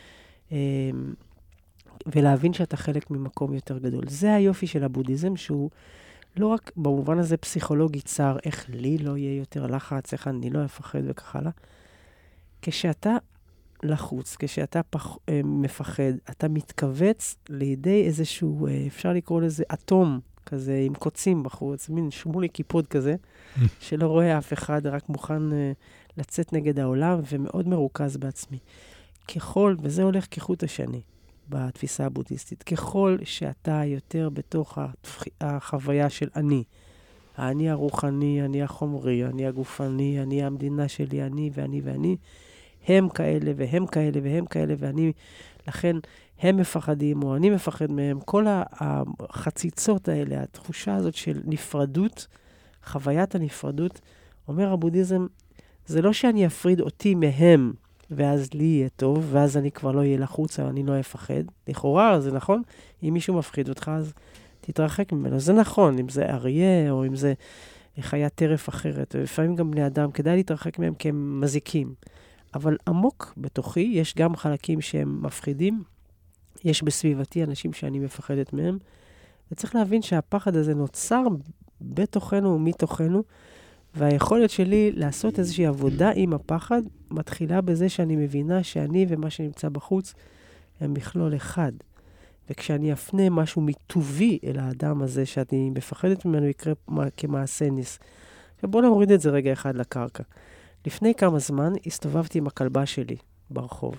ולהבין שאתה חלק ממקום יותר גדול. זה היופי של הבודהיזם, שהוא לא רק במובן הזה פסיכולוגי צר, איך לי לא יהיה יותר לחץ, איך אני לא אפחד וכך הלאה. כשאתה לחוץ, כשאתה פח, מפחד, אתה מתכווץ לידי איזשהו, אפשר לקרוא לזה אטום, כזה עם קוצים בחוץ, מין שמולי קיפוד כזה, שלא רואה אף אחד, רק מוכן לצאת נגד העולם, ומאוד מרוכז בעצמי. ככל, וזה הולך כחוט השני, בתפיסה הבודהיסטית, ככל שאתה יותר בתוך החוויה של אני, אני הרוחני, אני החומרי, אני הגופני, אני המדינה שלי, אני ואני ואני, הם כאלה והם כאלה והם כאלה, ואני, לכן הם מפחדים, או אני מפחד מהם. כל החציצות האלה, התחושה הזאת של נפרדות, חוויית הנפרדות, אומר הבודהיזם, זה לא שאני אפריד אותי מהם, ואז לי יהיה טוב, ואז אני כבר לא אהיה לחוץ, אבל אני לא אפחד. לכאורה, זה נכון, אם מישהו מפחיד אותך, אז תתרחק ממנו. זה נכון, אם זה אריה, או אם זה חיית טרף אחרת, ולפעמים גם בני אדם, כדאי להתרחק מהם כי הם מזיקים. אבל עמוק בתוכי, יש גם חלקים שהם מפחידים, יש בסביבתי אנשים שאני מפחדת מהם, וצריך להבין שהפחד הזה נוצר בתוכנו ומתוכנו, והיכולת שלי לעשות איזושהי עבודה עם הפחד, מתחילה בזה שאני מבינה שאני ומה שנמצא בחוץ, הם מכלול אחד. וכשאני אפנה משהו מטובי אל האדם הזה, שאני מפחדת ממנו, יקרה כמעשה ניס. ובואו נוריד את זה רגע אחד לקרקע. לפני כמה זמן הסתובבתי עם הכלבה שלי ברחוב.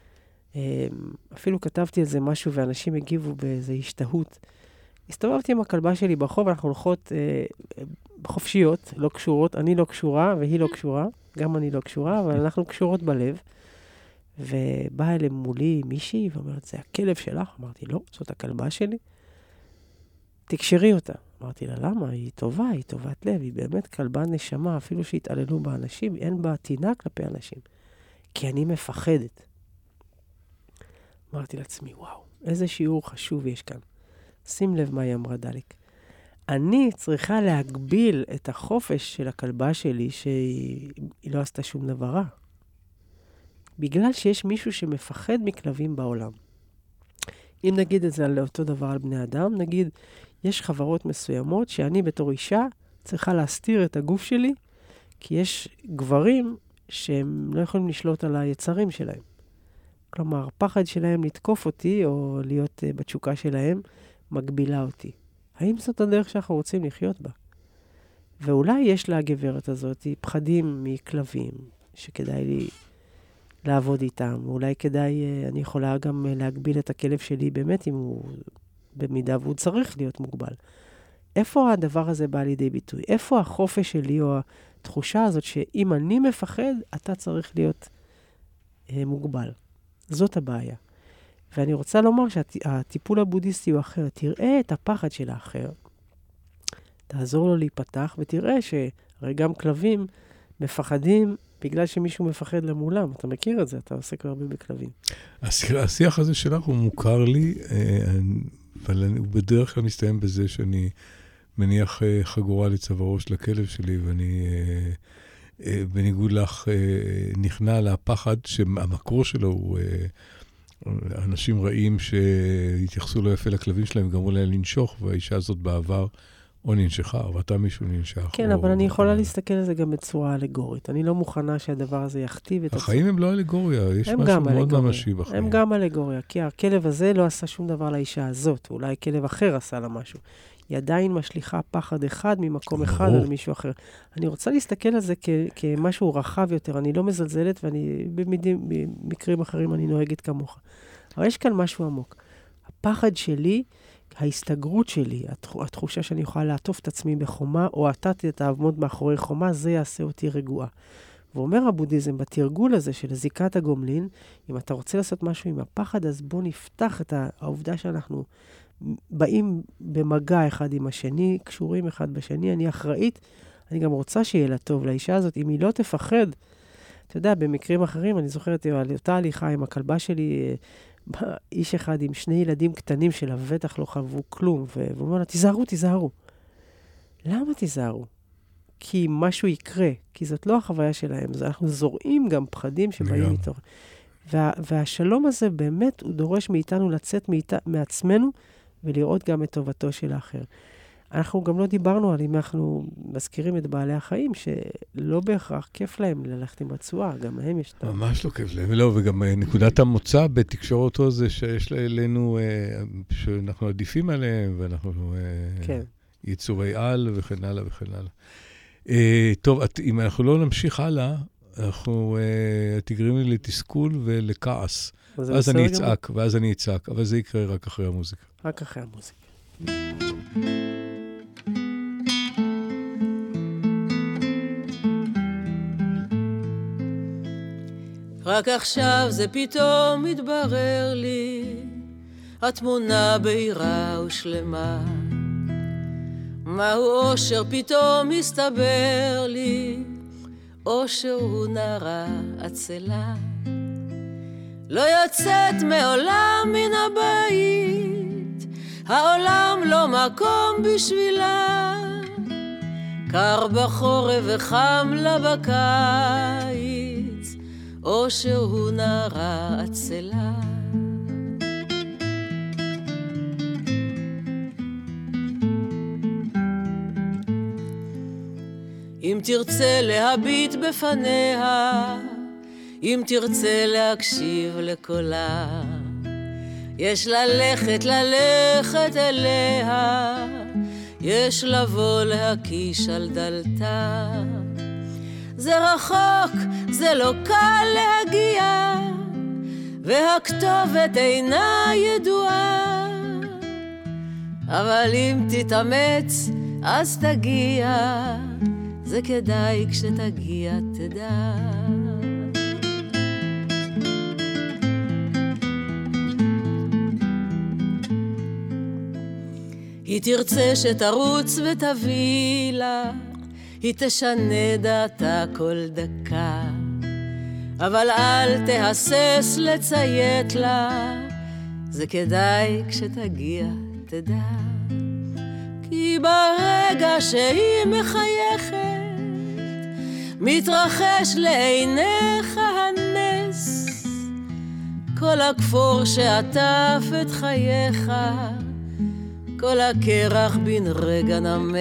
אפילו כתבתי על זה משהו ואנשים הגיבו באיזו השתהות. הסתובבתי עם הכלבה שלי ברחוב, אנחנו הולכות אה, חופשיות, לא קשורות, אני לא קשורה והיא לא קשורה, גם אני לא קשורה, אבל אנחנו קשורות בלב. ובאה אליהם מולי מישהי ואומרת, זה הכלב שלך? אמרתי, לא, זאת הכלבה שלי. תקשרי אותה. אמרתי לה, למה? היא טובה, היא טובת לב, היא באמת כלבה נשמה, אפילו שהתעללו באנשים, אין בה טינה כלפי אנשים. כי אני מפחדת. אמרתי לעצמי, וואו, איזה שיעור חשוב יש כאן. שים לב מה היא אמרה דליק. אני צריכה להגביל את החופש של הכלבה שלי, שהיא לא עשתה שום דבר רע. בגלל שיש מישהו שמפחד מכלבים בעולם. אם נגיד את זה על אותו דבר על בני אדם, נגיד, יש חברות מסוימות שאני בתור אישה צריכה להסתיר את הגוף שלי, כי יש גברים שהם לא יכולים לשלוט על היצרים שלהם. כלומר, הפחד שלהם לתקוף אותי או להיות uh, בתשוקה שלהם, מגבילה אותי. האם זאת הדרך שאנחנו רוצים לחיות בה? ואולי יש לה הגברת הזאת פחדים מכלבים, שכדאי לי לעבוד איתם. אולי כדאי, אני יכולה גם להגביל את הכלב שלי באמת, אם הוא במידה והוא צריך להיות מוגבל. איפה הדבר הזה בא לידי ביטוי? איפה החופש שלי או התחושה הזאת שאם אני מפחד, אתה צריך להיות אה, מוגבל? זאת הבעיה. ואני רוצה לומר שהטיפול הבודהיסטי הוא אחר. תראה את הפחד של האחר, תעזור לו להיפתח, ותראה שהרי גם כלבים מפחדים בגלל שמישהו מפחד למולם. אתה מכיר את זה, אתה עוסק הרבה בכלבים. השיח הזה שלך הוא מוכר לי, אבל הוא בדרך כלל מסתיים בזה שאני מניח חגורה לצווארו של הכלב שלי, ואני בניגוד לך נכנע לפחד שהמקור שלו הוא אנשים רעים שהתייחסו לא יפה לכלבים שלהם, גמרו להם לנשוך, והאישה הזאת בעבר או ננשכה, או אתה מישהו ננשך. כן, אבל אני יכולה להסתכל על זה גם בצורה אלגורית. אני לא מוכנה שהדבר הזה יכתיב את... החיים הם לא אלגוריה, יש משהו מאוד ממשי בחיים. הם גם אלגוריה, כי הכלב הזה לא עשה שום דבר לאישה הזאת, אולי כלב אחר עשה לה משהו. היא עדיין משליחה פחד אחד ממקום אחד על מישהו אחר. אני רוצה להסתכל על זה כמשהו רחב יותר, אני לא מזלזלת, ואני במקרים אחרים אני נוהגת כמוך. אבל יש כאן משהו עמוק. הפחד שלי, ההסתגרות שלי, התחושה שאני יכולה לעטוף את עצמי בחומה, או אתה תעמוד מאחורי חומה, זה יעשה אותי רגועה. ואומר הבודהיזם, בתרגול הזה של זיקת הגומלין, אם אתה רוצה לעשות משהו עם הפחד, אז בוא נפתח את העובדה שאנחנו באים במגע אחד עם השני, קשורים אחד בשני, אני אחראית, אני גם רוצה שיהיה לה טוב לאישה הזאת, אם היא לא תפחד, אתה יודע, במקרים אחרים, אני זוכרת על אותה הליכה עם הכלבה שלי, איש אחד עם שני ילדים קטנים שלבטח לא חוו כלום, והוא אומר לה, תיזהרו, תיזהרו. למה תיזהרו? כי משהו יקרה, כי זאת לא החוויה שלהם, אנחנו זורעים גם פחדים שבאים איתו. וה, והשלום הזה באמת, הוא דורש מאיתנו לצאת מאיתה, מעצמנו, ולראות גם את טובתו של האחר. אנחנו גם לא דיברנו על אם אנחנו מזכירים את בעלי החיים, שלא בהכרח כיף להם ללכת עם רצועה, גם להם יש... ממש לא כיף להם, לא, וגם נקודת המוצא בתקשורתו זה שיש אלינו, שאנחנו עדיפים עליהם, ואנחנו כן. יצורי על וכן הלאה וכן הלאה. טוב, אם אנחנו לא נמשיך הלאה, אנחנו תגרים לי לתסכול ולכעס. אז אני אצעק, ואז אני אצעק, אבל זה יקרה רק אחרי המוזיקה. רק אחרי המוזיקה. רק עכשיו זה פתאום מתברר לי, התמונה בהירה ושלמה. מהו אושר פתאום מסתבר לי, אושר הוא נערה עצלה. לא יוצאת מעולם מן הבית, העולם לא מקום בשבילה. קר בחורף וחם לה בקיץ, אושר הוא נערה עצלה. אם תרצה להביט בפניה, אם תרצה להקשיב לקולה, יש ללכת, ללכת אליה, יש לבוא להקיש על דלתה. זה רחוק, זה לא קל להגיע, והכתובת אינה ידועה. אבל אם תתאמץ, אז תגיע, זה כדאי כשתגיע תדע. היא תרצה שתרוץ ותביא לה, היא תשנה דעתה כל דקה, אבל אל תהסס לציית לה, זה כדאי כשתגיע תדע. כי ברגע שהיא מחייכת, מתרחש לעיניך הנס, כל הכפור שעטף את חייך, כל הקרח בן רגע נמס.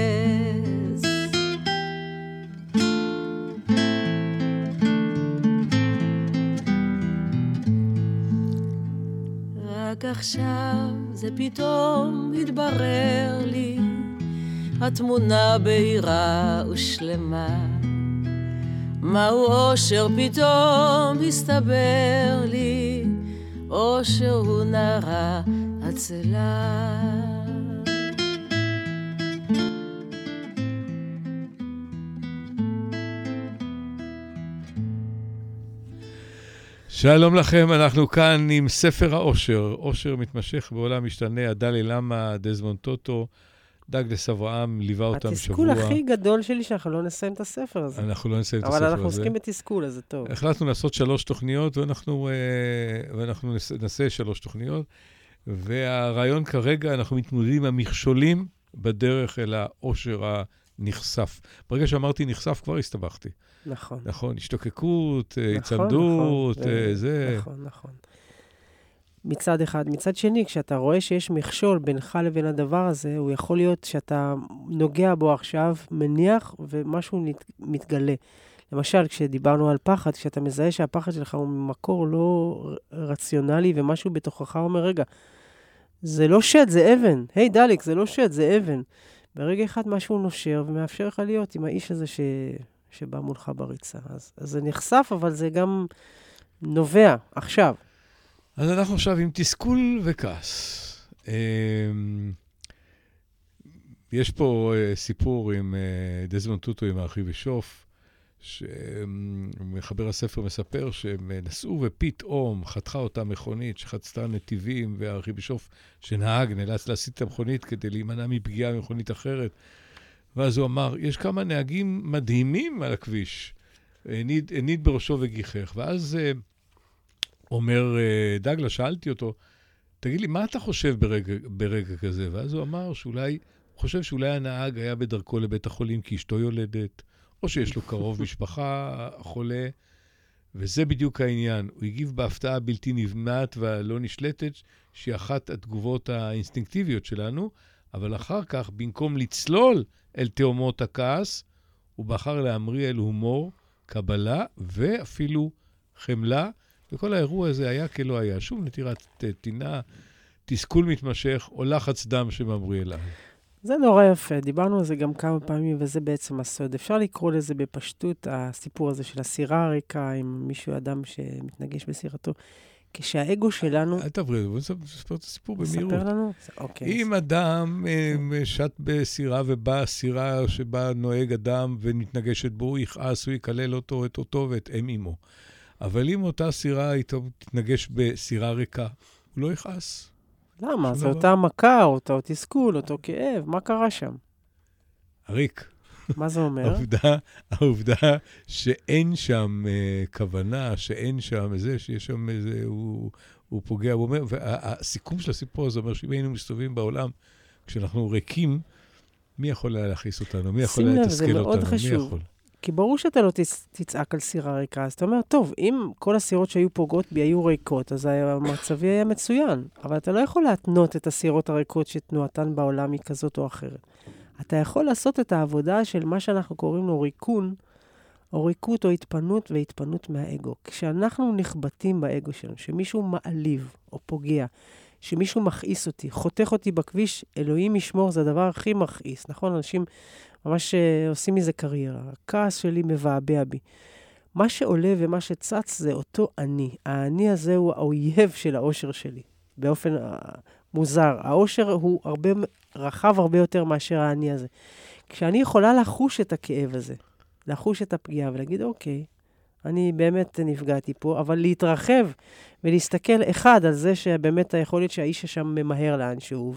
רק עכשיו זה פתאום התברר לי, התמונה בהירה ושלמה. מהו אושר פתאום הסתבר לי, אושר הוא נערה עצלה. שלום לכם, אנחנו כאן עם ספר האושר, אושר מתמשך בעולם משתנה, הדלי למה, דזמונד טוטו, דאגלס אברהם, ליווה אותם שבוע. התסכול הכי גדול שלי שאנחנו לא נסיים את הספר הזה. אנחנו לא נסיים את הספר הזה. אבל אנחנו עוסקים בתסכול, אז זה טוב. החלטנו לעשות שלוש תוכניות, ואנחנו, ואנחנו נעשה שלוש תוכניות, והרעיון כרגע, אנחנו מתמודדים עם המכשולים בדרך אל האושר הנחשף. ברגע שאמרתי נחשף, כבר הסתבכתי. נכון. נכון, השתוקקות, הצמדות, זה. נכון, נכון. מצד אחד. מצד שני, כשאתה רואה שיש מכשול בינך לבין הדבר הזה, הוא יכול להיות שאתה נוגע בו עכשיו, מניח, ומשהו נת, מתגלה. למשל, כשדיברנו על פחד, כשאתה מזהה שהפחד שלך הוא ממקור לא רציונלי, ומשהו בתוכך אומר, רגע, זה לא שד, זה אבן. היי, דליק, זה לא שד, זה אבן. ברגע אחד משהו נושר, ומאפשר לך להיות עם האיש הזה ש... שבא מולך בריצה. אז, אז זה נחשף, אבל זה גם נובע, עכשיו. אז אנחנו עכשיו עם תסכול וכעס. יש פה סיפור עם דזמונד טוטו, עם הארכיבישוף, שמחבר הספר מספר שהם נסעו ופתאום חתכה אותה מכונית שחצתה נתיבים, והארכיבישוף שנהג נאלץ להסיט את המכונית כדי להימנע מפגיעה ממכונית אחרת. ואז הוא אמר, יש כמה נהגים מדהימים על הכביש, הניד, הניד בראשו וגיחך. ואז אומר דגלה, שאלתי אותו, תגיד לי, מה אתה חושב ברגע, ברגע כזה? ואז הוא אמר שאולי, הוא חושב שאולי הנהג היה בדרכו לבית החולים כי אשתו יולדת, או שיש לו קרוב משפחה חולה, וזה בדיוק העניין. הוא הגיב בהפתעה בלתי נבנית והלא נשלטת, שהיא אחת התגובות האינסטינקטיביות שלנו, אבל אחר כך, במקום לצלול אל תאומות הכעס, הוא בחר להמריא אל הומור, קבלה ואפילו חמלה, וכל האירוע הזה היה כלא היה. שוב נטירת טינה, תסכול מתמשך, או לחץ דם שממריא אליו. זה נורא יפה, דיברנו על זה גם כמה פעמים, וזה בעצם הסוד. אפשר לקרוא לזה בפשטות, הסיפור הזה של הסירה הריקה, עם מישהו אדם שמתנגש בסירתו. כשהאגו שלנו... אל תבריא, בוא נספר את הסיפור במהירות. ספר לנו? אוקיי. אם אדם שט בסירה ובא סירה שבה נוהג אדם ונתנגשת בו, הוא יכעס, הוא יקלל אותו, את אותו ואת אם אמו. אבל אם אותה סירה תתנגש בסירה ריקה, הוא לא יכעס. למה? זה אותה מכה, אותו תסכול, אותו כאב, מה קרה שם? הריק. מה זה אומר? העובדה, העובדה שאין שם uh, כוונה, שאין שם איזה, שיש שם איזה, הוא, הוא פוגע, הוא אומר, והסיכום של הסיפור הזה אומר שאם היינו מסתובבים בעולם, כשאנחנו ריקים, מי יכול להכניס אותנו? מי יכול להתסכל אותנו? חשוב. מי יכול? כי ברור שאתה לא תצעק על סירה ריקה, אז אתה אומר, טוב, אם כל הסירות שהיו פוגעות בי היו ריקות, אז המצבי היה מצוין, אבל אתה לא יכול להתנות את הסירות הריקות שתנועתן בעולם היא כזאת או אחרת. אתה יכול לעשות את העבודה של מה שאנחנו קוראים לו ריקון, או ריקות או התפנות והתפנות מהאגו. כשאנחנו נחבטים באגו שלנו, שמישהו מעליב או פוגע, שמישהו מכעיס אותי, חותך אותי בכביש, אלוהים ישמור, זה הדבר הכי מכעיס, נכון? אנשים ממש עושים מזה קריירה. הכעס שלי מבעבע בי. מה שעולה ומה שצץ זה אותו אני. האני הזה הוא האויב של האושר שלי. באופן מוזר. האושר הוא הרבה, רחב הרבה יותר מאשר האני הזה. כשאני יכולה לחוש את הכאב הזה, לחוש את הפגיעה ולהגיד, אוקיי, אני באמת נפגעתי פה, אבל להתרחב ולהסתכל אחד על זה שבאמת יכול להיות שהאיש שם ממהר לאנשהו,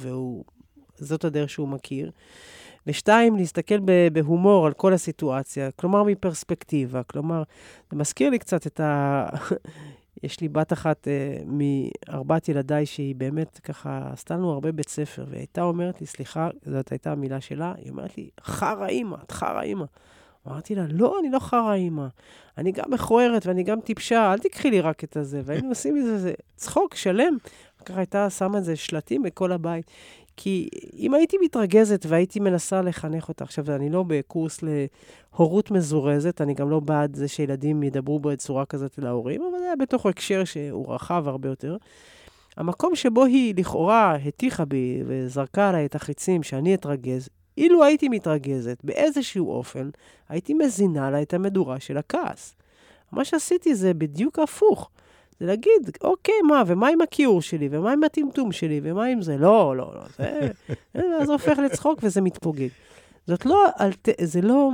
וזאת הדרך שהוא מכיר. ושתיים, להסתכל בהומור על כל הסיטואציה, כלומר מפרספקטיבה, כלומר, זה מזכיר לי קצת את ה... יש לי בת אחת אה, מארבעת ילדיי שהיא באמת ככה, עשתה לנו הרבה בית ספר, והיא הייתה אומרת לי, סליחה, זאת הייתה המילה שלה, היא אומרת לי, חרה אימא, את חרה אימא. אמרתי לה, לא, אני לא חרה אימא, אני גם מכוערת ואני גם טיפשה, אל תקחי לי רק את הזה, והיינו עושים מזה זה צחוק שלם, ככה הייתה שמה את זה שלטים בכל הבית, כי אם הייתי מתרגזת והייתי מנסה לחנך אותה, עכשיו אני לא בקורס להורות מזורזת, אני גם לא בעד זה שילדים ידברו בצורה כזאת להורים, אבל זה היה בתוך הקשר שהוא רחב הרבה יותר. המקום שבו היא לכאורה הטיחה בי וזרקה עליי את החיצים שאני אתרגז, אילו הייתי מתרגזת באיזשהו אופן, הייתי מזינה לה את המדורה של הכעס. מה שעשיתי זה בדיוק הפוך. זה להגיד, אוקיי, מה, ומה עם הכיעור שלי, ומה עם הטמטום שלי, ומה עם זה? לא, לא, לא. זה, זה הופך לצחוק וזה מתפוגג. זאת לא, זה לא,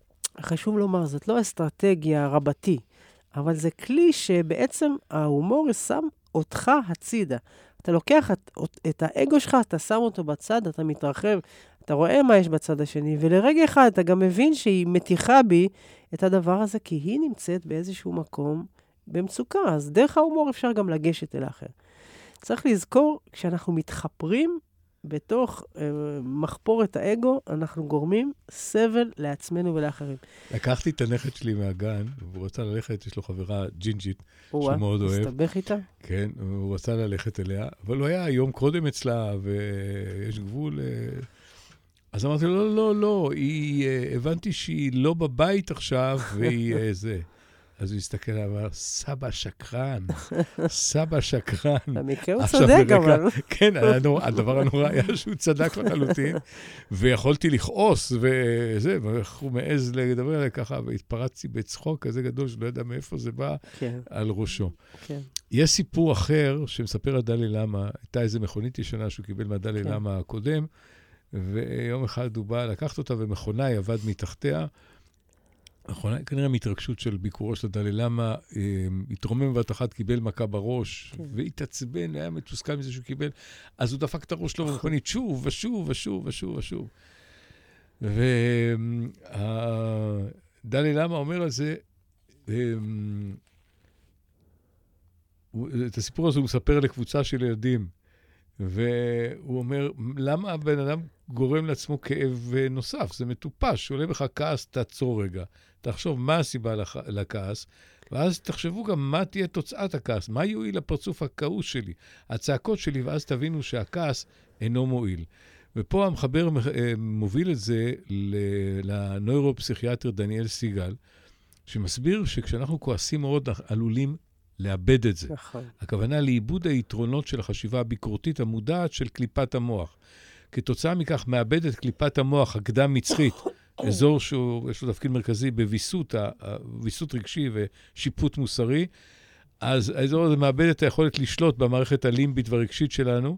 חשוב לומר, זאת לא אסטרטגיה רבתי, אבל זה כלי שבעצם ההומור שם אותך הצידה. אתה לוקח את, את האגו שלך, אתה שם אותו בצד, אתה מתרחב, אתה רואה מה יש בצד השני, ולרגע אחד אתה גם מבין שהיא מתיחה בי את הדבר הזה, כי היא נמצאת באיזשהו מקום במצוקה, אז דרך ההומור אפשר גם לגשת אל האחר. צריך לזכור, כשאנחנו מתחפרים, בתוך אה, מחפורת האגו, אנחנו גורמים סבל לעצמנו ולאחרים. לקחתי את הנכד שלי מהגן, והוא רצה ללכת, יש לו חברה ג'ינג'ית, שהוא וואה, מאוד אוהב. מסתבך איתה? כן, הוא רצה ללכת אליה, אבל הוא היה יום קודם אצלה, ויש גבול... אה, אז אמרתי לו, לא, לא, לא, היא, אה, הבנתי שהיא לא בבית עכשיו, והיא אה, זה. אז הוא הסתכל עליו, אמר, סבא שקרן, סבא שקרן. במקרה הוא צודק, אבל. כן, הדבר הנורא היה שהוא צדק לחלוטין, ויכולתי לכעוס, וזה, ואיך הוא מעז לדבר עליה ככה, והתפרצתי בצחוק כזה גדול, שלא יודע מאיפה זה בא, על ראשו. יש סיפור אחר, שמספר על דלי למה, הייתה איזו מכונית ישנה שהוא קיבל מהדלי למה הקודם, ויום אחד הוא בא לקחת אותה, ומכונאי עבד מתחתיה, מכונאי, כנראה מהתרגשות של ביקורו של דלי למה, התרומם בבת אחת, קיבל מכה בראש, והתעצבן, היה מתוסכל מזה שהוא קיבל, אז הוא דפק את הראש שלו במכונית, שוב ושוב ושוב ושוב ושוב. ודלי למה אומר על זה, את הסיפור הזה הוא מספר לקבוצה של ילדים, והוא אומר, למה הבן אדם גורם לעצמו כאב נוסף? זה מטופש, שעולה בך כעס, תעצור רגע. תחשוב מה הסיבה לכעס, ואז תחשבו גם מה תהיה תוצאת הכעס, מה יועיל לפרצוף הכעוס שלי, הצעקות שלי, ואז תבינו שהכעס אינו מועיל. ופה המחבר מוביל את זה לנוירופסיכיאטר דניאל סיגל, שמסביר שכשאנחנו כועסים מאוד עלולים לאבד את זה. נכון. הכוונה לאיבוד היתרונות של החשיבה הביקורתית המודעת של קליפת המוח. כתוצאה מכך מאבד את קליפת המוח הקדם-מצחית, אזור שיש לו תפקיד מרכזי בוויסות, ויסות רגשי ושיפוט מוסרי, אז האזור הזה מאבד את היכולת לשלוט במערכת הלימבית והרגשית שלנו,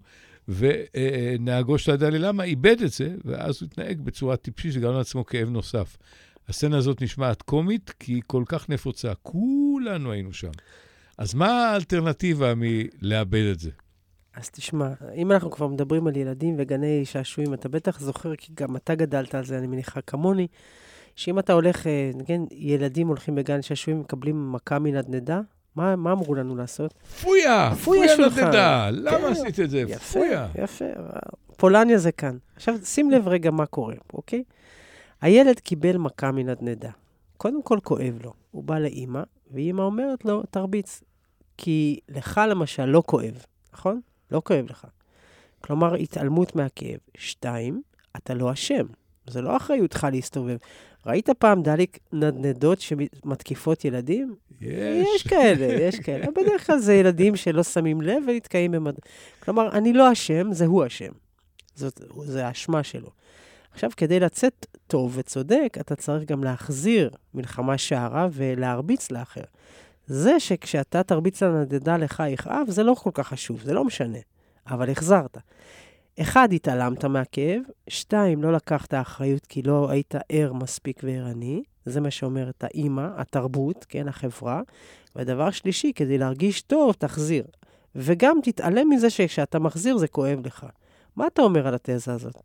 ונהגו של דלי למה איבד את זה, ואז הוא התנהג בצורה טיפשית, שגרם לעצמו כאב נוסף. הסצנה הזאת נשמעת קומית, כי היא כל כך נפוצה. כולנו היינו שם. אז מה האלטרנטיבה מלאבד את זה? אז תשמע, אם אנחנו כבר מדברים על ילדים וגני שעשועים, אתה בטח זוכר, כי גם אתה גדלת על זה, אני מניחה כמוני, שאם אתה הולך, כן, ילדים הולכים בגן שעשועים, מקבלים מכה מנדנדה, מה, מה אמרו לנו לעשות? פויה! פויה נדנדה! למה עשית את זה? יפה, פויה! יפה, פולניה זה כאן. עכשיו, שים לב רגע מה קורה, אוקיי? הילד קיבל מכה מנדנדה. קודם כל כואב לו. הוא בא לאמא, ואמא אומרת לו, תרביץ. כי לך למשל לא כואב, נכון? לא כואב לך. כלומר, התעלמות מהכאב. שתיים, אתה לא אשם. זה לא אחריותך להסתובב. ראית פעם דליק נדנדות שמתקיפות ילדים? יש. יש כאלה, יש כאלה. בדרך כלל זה ילדים שלא שמים לב ולהתקיים במד... כלומר, אני לא אשם, זה הוא אשם. זאת, זה האשמה שלו. עכשיו, כדי לצאת טוב וצודק, אתה צריך גם להחזיר מלחמה שערה ולהרביץ לאחר. זה שכשאתה תרביץ לנדדה לך יכאב, זה לא כל כך חשוב, זה לא משנה. אבל החזרת. אחד, התעלמת מהכאב. שתיים, לא לקחת האחריות כי לא היית ער מספיק וערני. זה מה שאומרת האמא, התרבות, כן, החברה. והדבר שלישי, כדי להרגיש טוב, תחזיר. וגם תתעלם מזה שכשאתה מחזיר זה כואב לך. מה אתה אומר על התזה הזאת?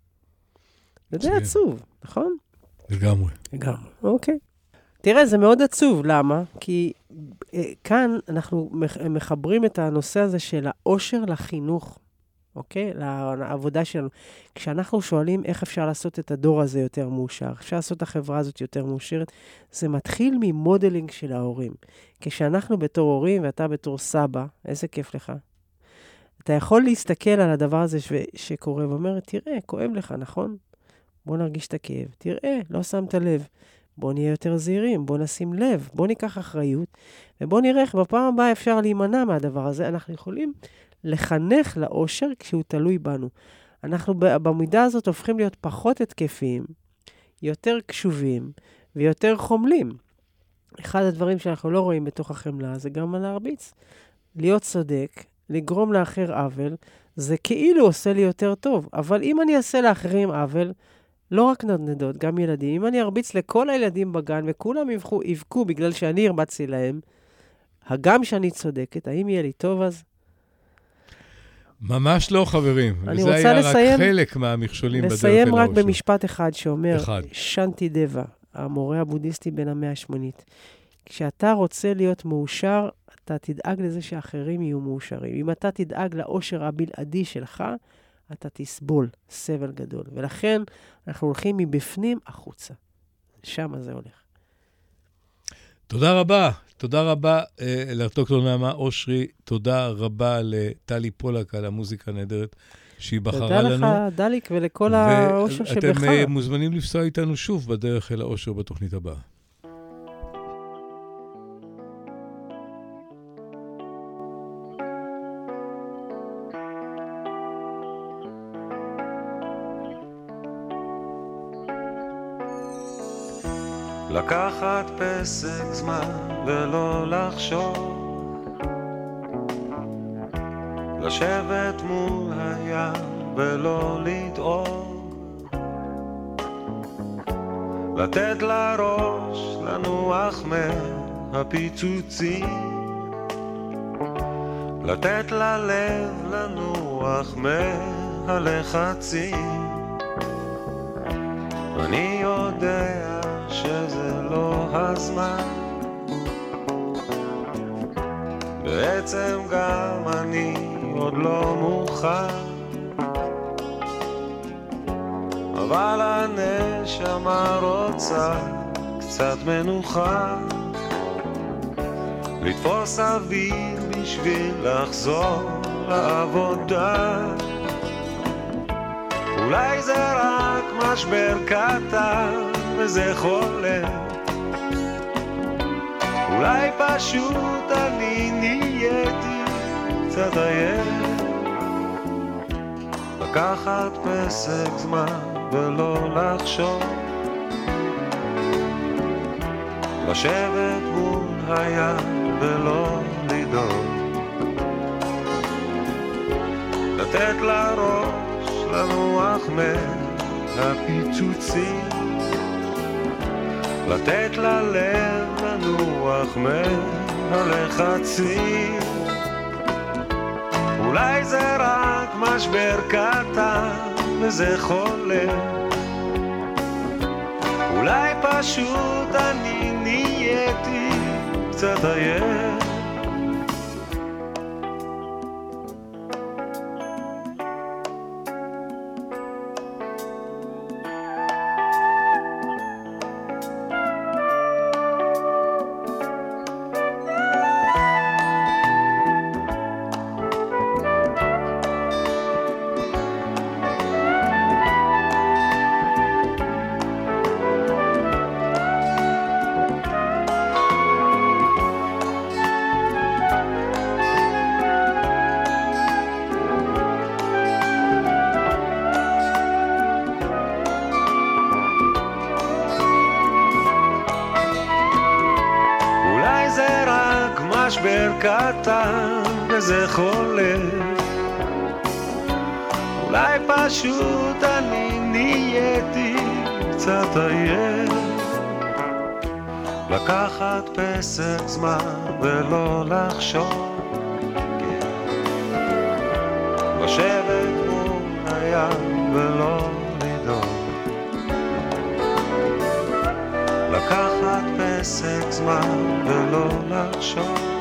זה די עצוב, נכון? לגמרי. לגמרי, אוקיי. תראה, זה מאוד עצוב, למה? כי אה, כאן אנחנו מחברים את הנושא הזה של האושר לחינוך, אוקיי? לעבודה שלנו. כשאנחנו שואלים איך אפשר לעשות את הדור הזה יותר מאושר, אפשר לעשות את החברה הזאת יותר מאושרת, זה מתחיל ממודלינג של ההורים. כשאנחנו בתור הורים ואתה בתור סבא, איזה כיף לך. אתה יכול להסתכל על הדבר הזה ש... שקורה ואומר, תראה, כואב לך, נכון? בוא נרגיש את הכאב. תראה, לא שמת לב. בוא נהיה יותר זהירים, בוא נשים לב, בוא ניקח אחריות, ובוא נראה איך בפעם הבאה אפשר להימנע מהדבר הזה. אנחנו יכולים לחנך לאושר כשהוא תלוי בנו. אנחנו במידה הזאת הופכים להיות פחות התקפיים, יותר קשובים ויותר חומלים. אחד הדברים שאנחנו לא רואים בתוך החמלה זה גם להרביץ. להיות צודק, לגרום לאחר עוול, זה כאילו עושה לי יותר טוב. אבל אם אני אעשה לאחרים עוול, לא רק נדנדות, גם ילדים. אם אני ארביץ לכל הילדים בגן, וכולם יבחו, יבכו בגלל שאני הרבצתי להם, הגם שאני צודקת, האם יהיה לי טוב אז? ממש לא, חברים. אני וזה רוצה היה לסיים, רק חלק מהמכשולים בדרך אל לסיים רק האושר. במשפט אחד שאומר, אחד. שנטי דבה, המורה הבודיסטי בן המאה השמינית. כשאתה רוצה להיות מאושר, אתה תדאג לזה שאחרים יהיו מאושרים. אם אתה תדאג לאושר הבלעדי שלך, אתה תסבול סבל גדול. ולכן אנחנו הולכים מבפנים החוצה. שם זה הולך. תודה רבה, תודה רבה אה, לדוקטור נעמה אושרי, תודה רבה לטלי פולק על המוזיקה הנהדרת שהיא בחרה לנו. תודה לך, דליק, ולכל האושר שבך. ואתם אה, מוזמנים לפסוע איתנו שוב בדרך אל האושר בתוכנית הבאה. לקחת פסק זמן ולא לחשוב, לשבת מול הים ולא לדאוג, לתת לראש לנוח מהפיצוצים, לתת ללב לנוח מהלחצים. אני יודע שזה לא הזמן, בעצם גם אני עוד לא מוכן, אבל הנשמה רוצה קצת מנוחה, לתפוס אוויר בשביל לחזור לעבודה. אולי זה רק משבר קטן וזה חולם, אולי פשוט אני נהייתי קצת עייף, לקחת פסק זמן ולא לחשוב, לשבת מול הים ולא לדאוג, לתת לראש לנוח מהפיצוצים, לתת ללב לנוח מהלחצים. אולי זה רק משבר קטן וזה חולם, אולי פשוט אני נהייתי קצת עייף, משבר קטן וזה חולף, אולי פשוט אני נהייתי קצת עייף, לקחת פסק זמן ולא לחשוב, לשבת מול הים ולא לדאוג, לקחת פסק זמן ולא לחשוב,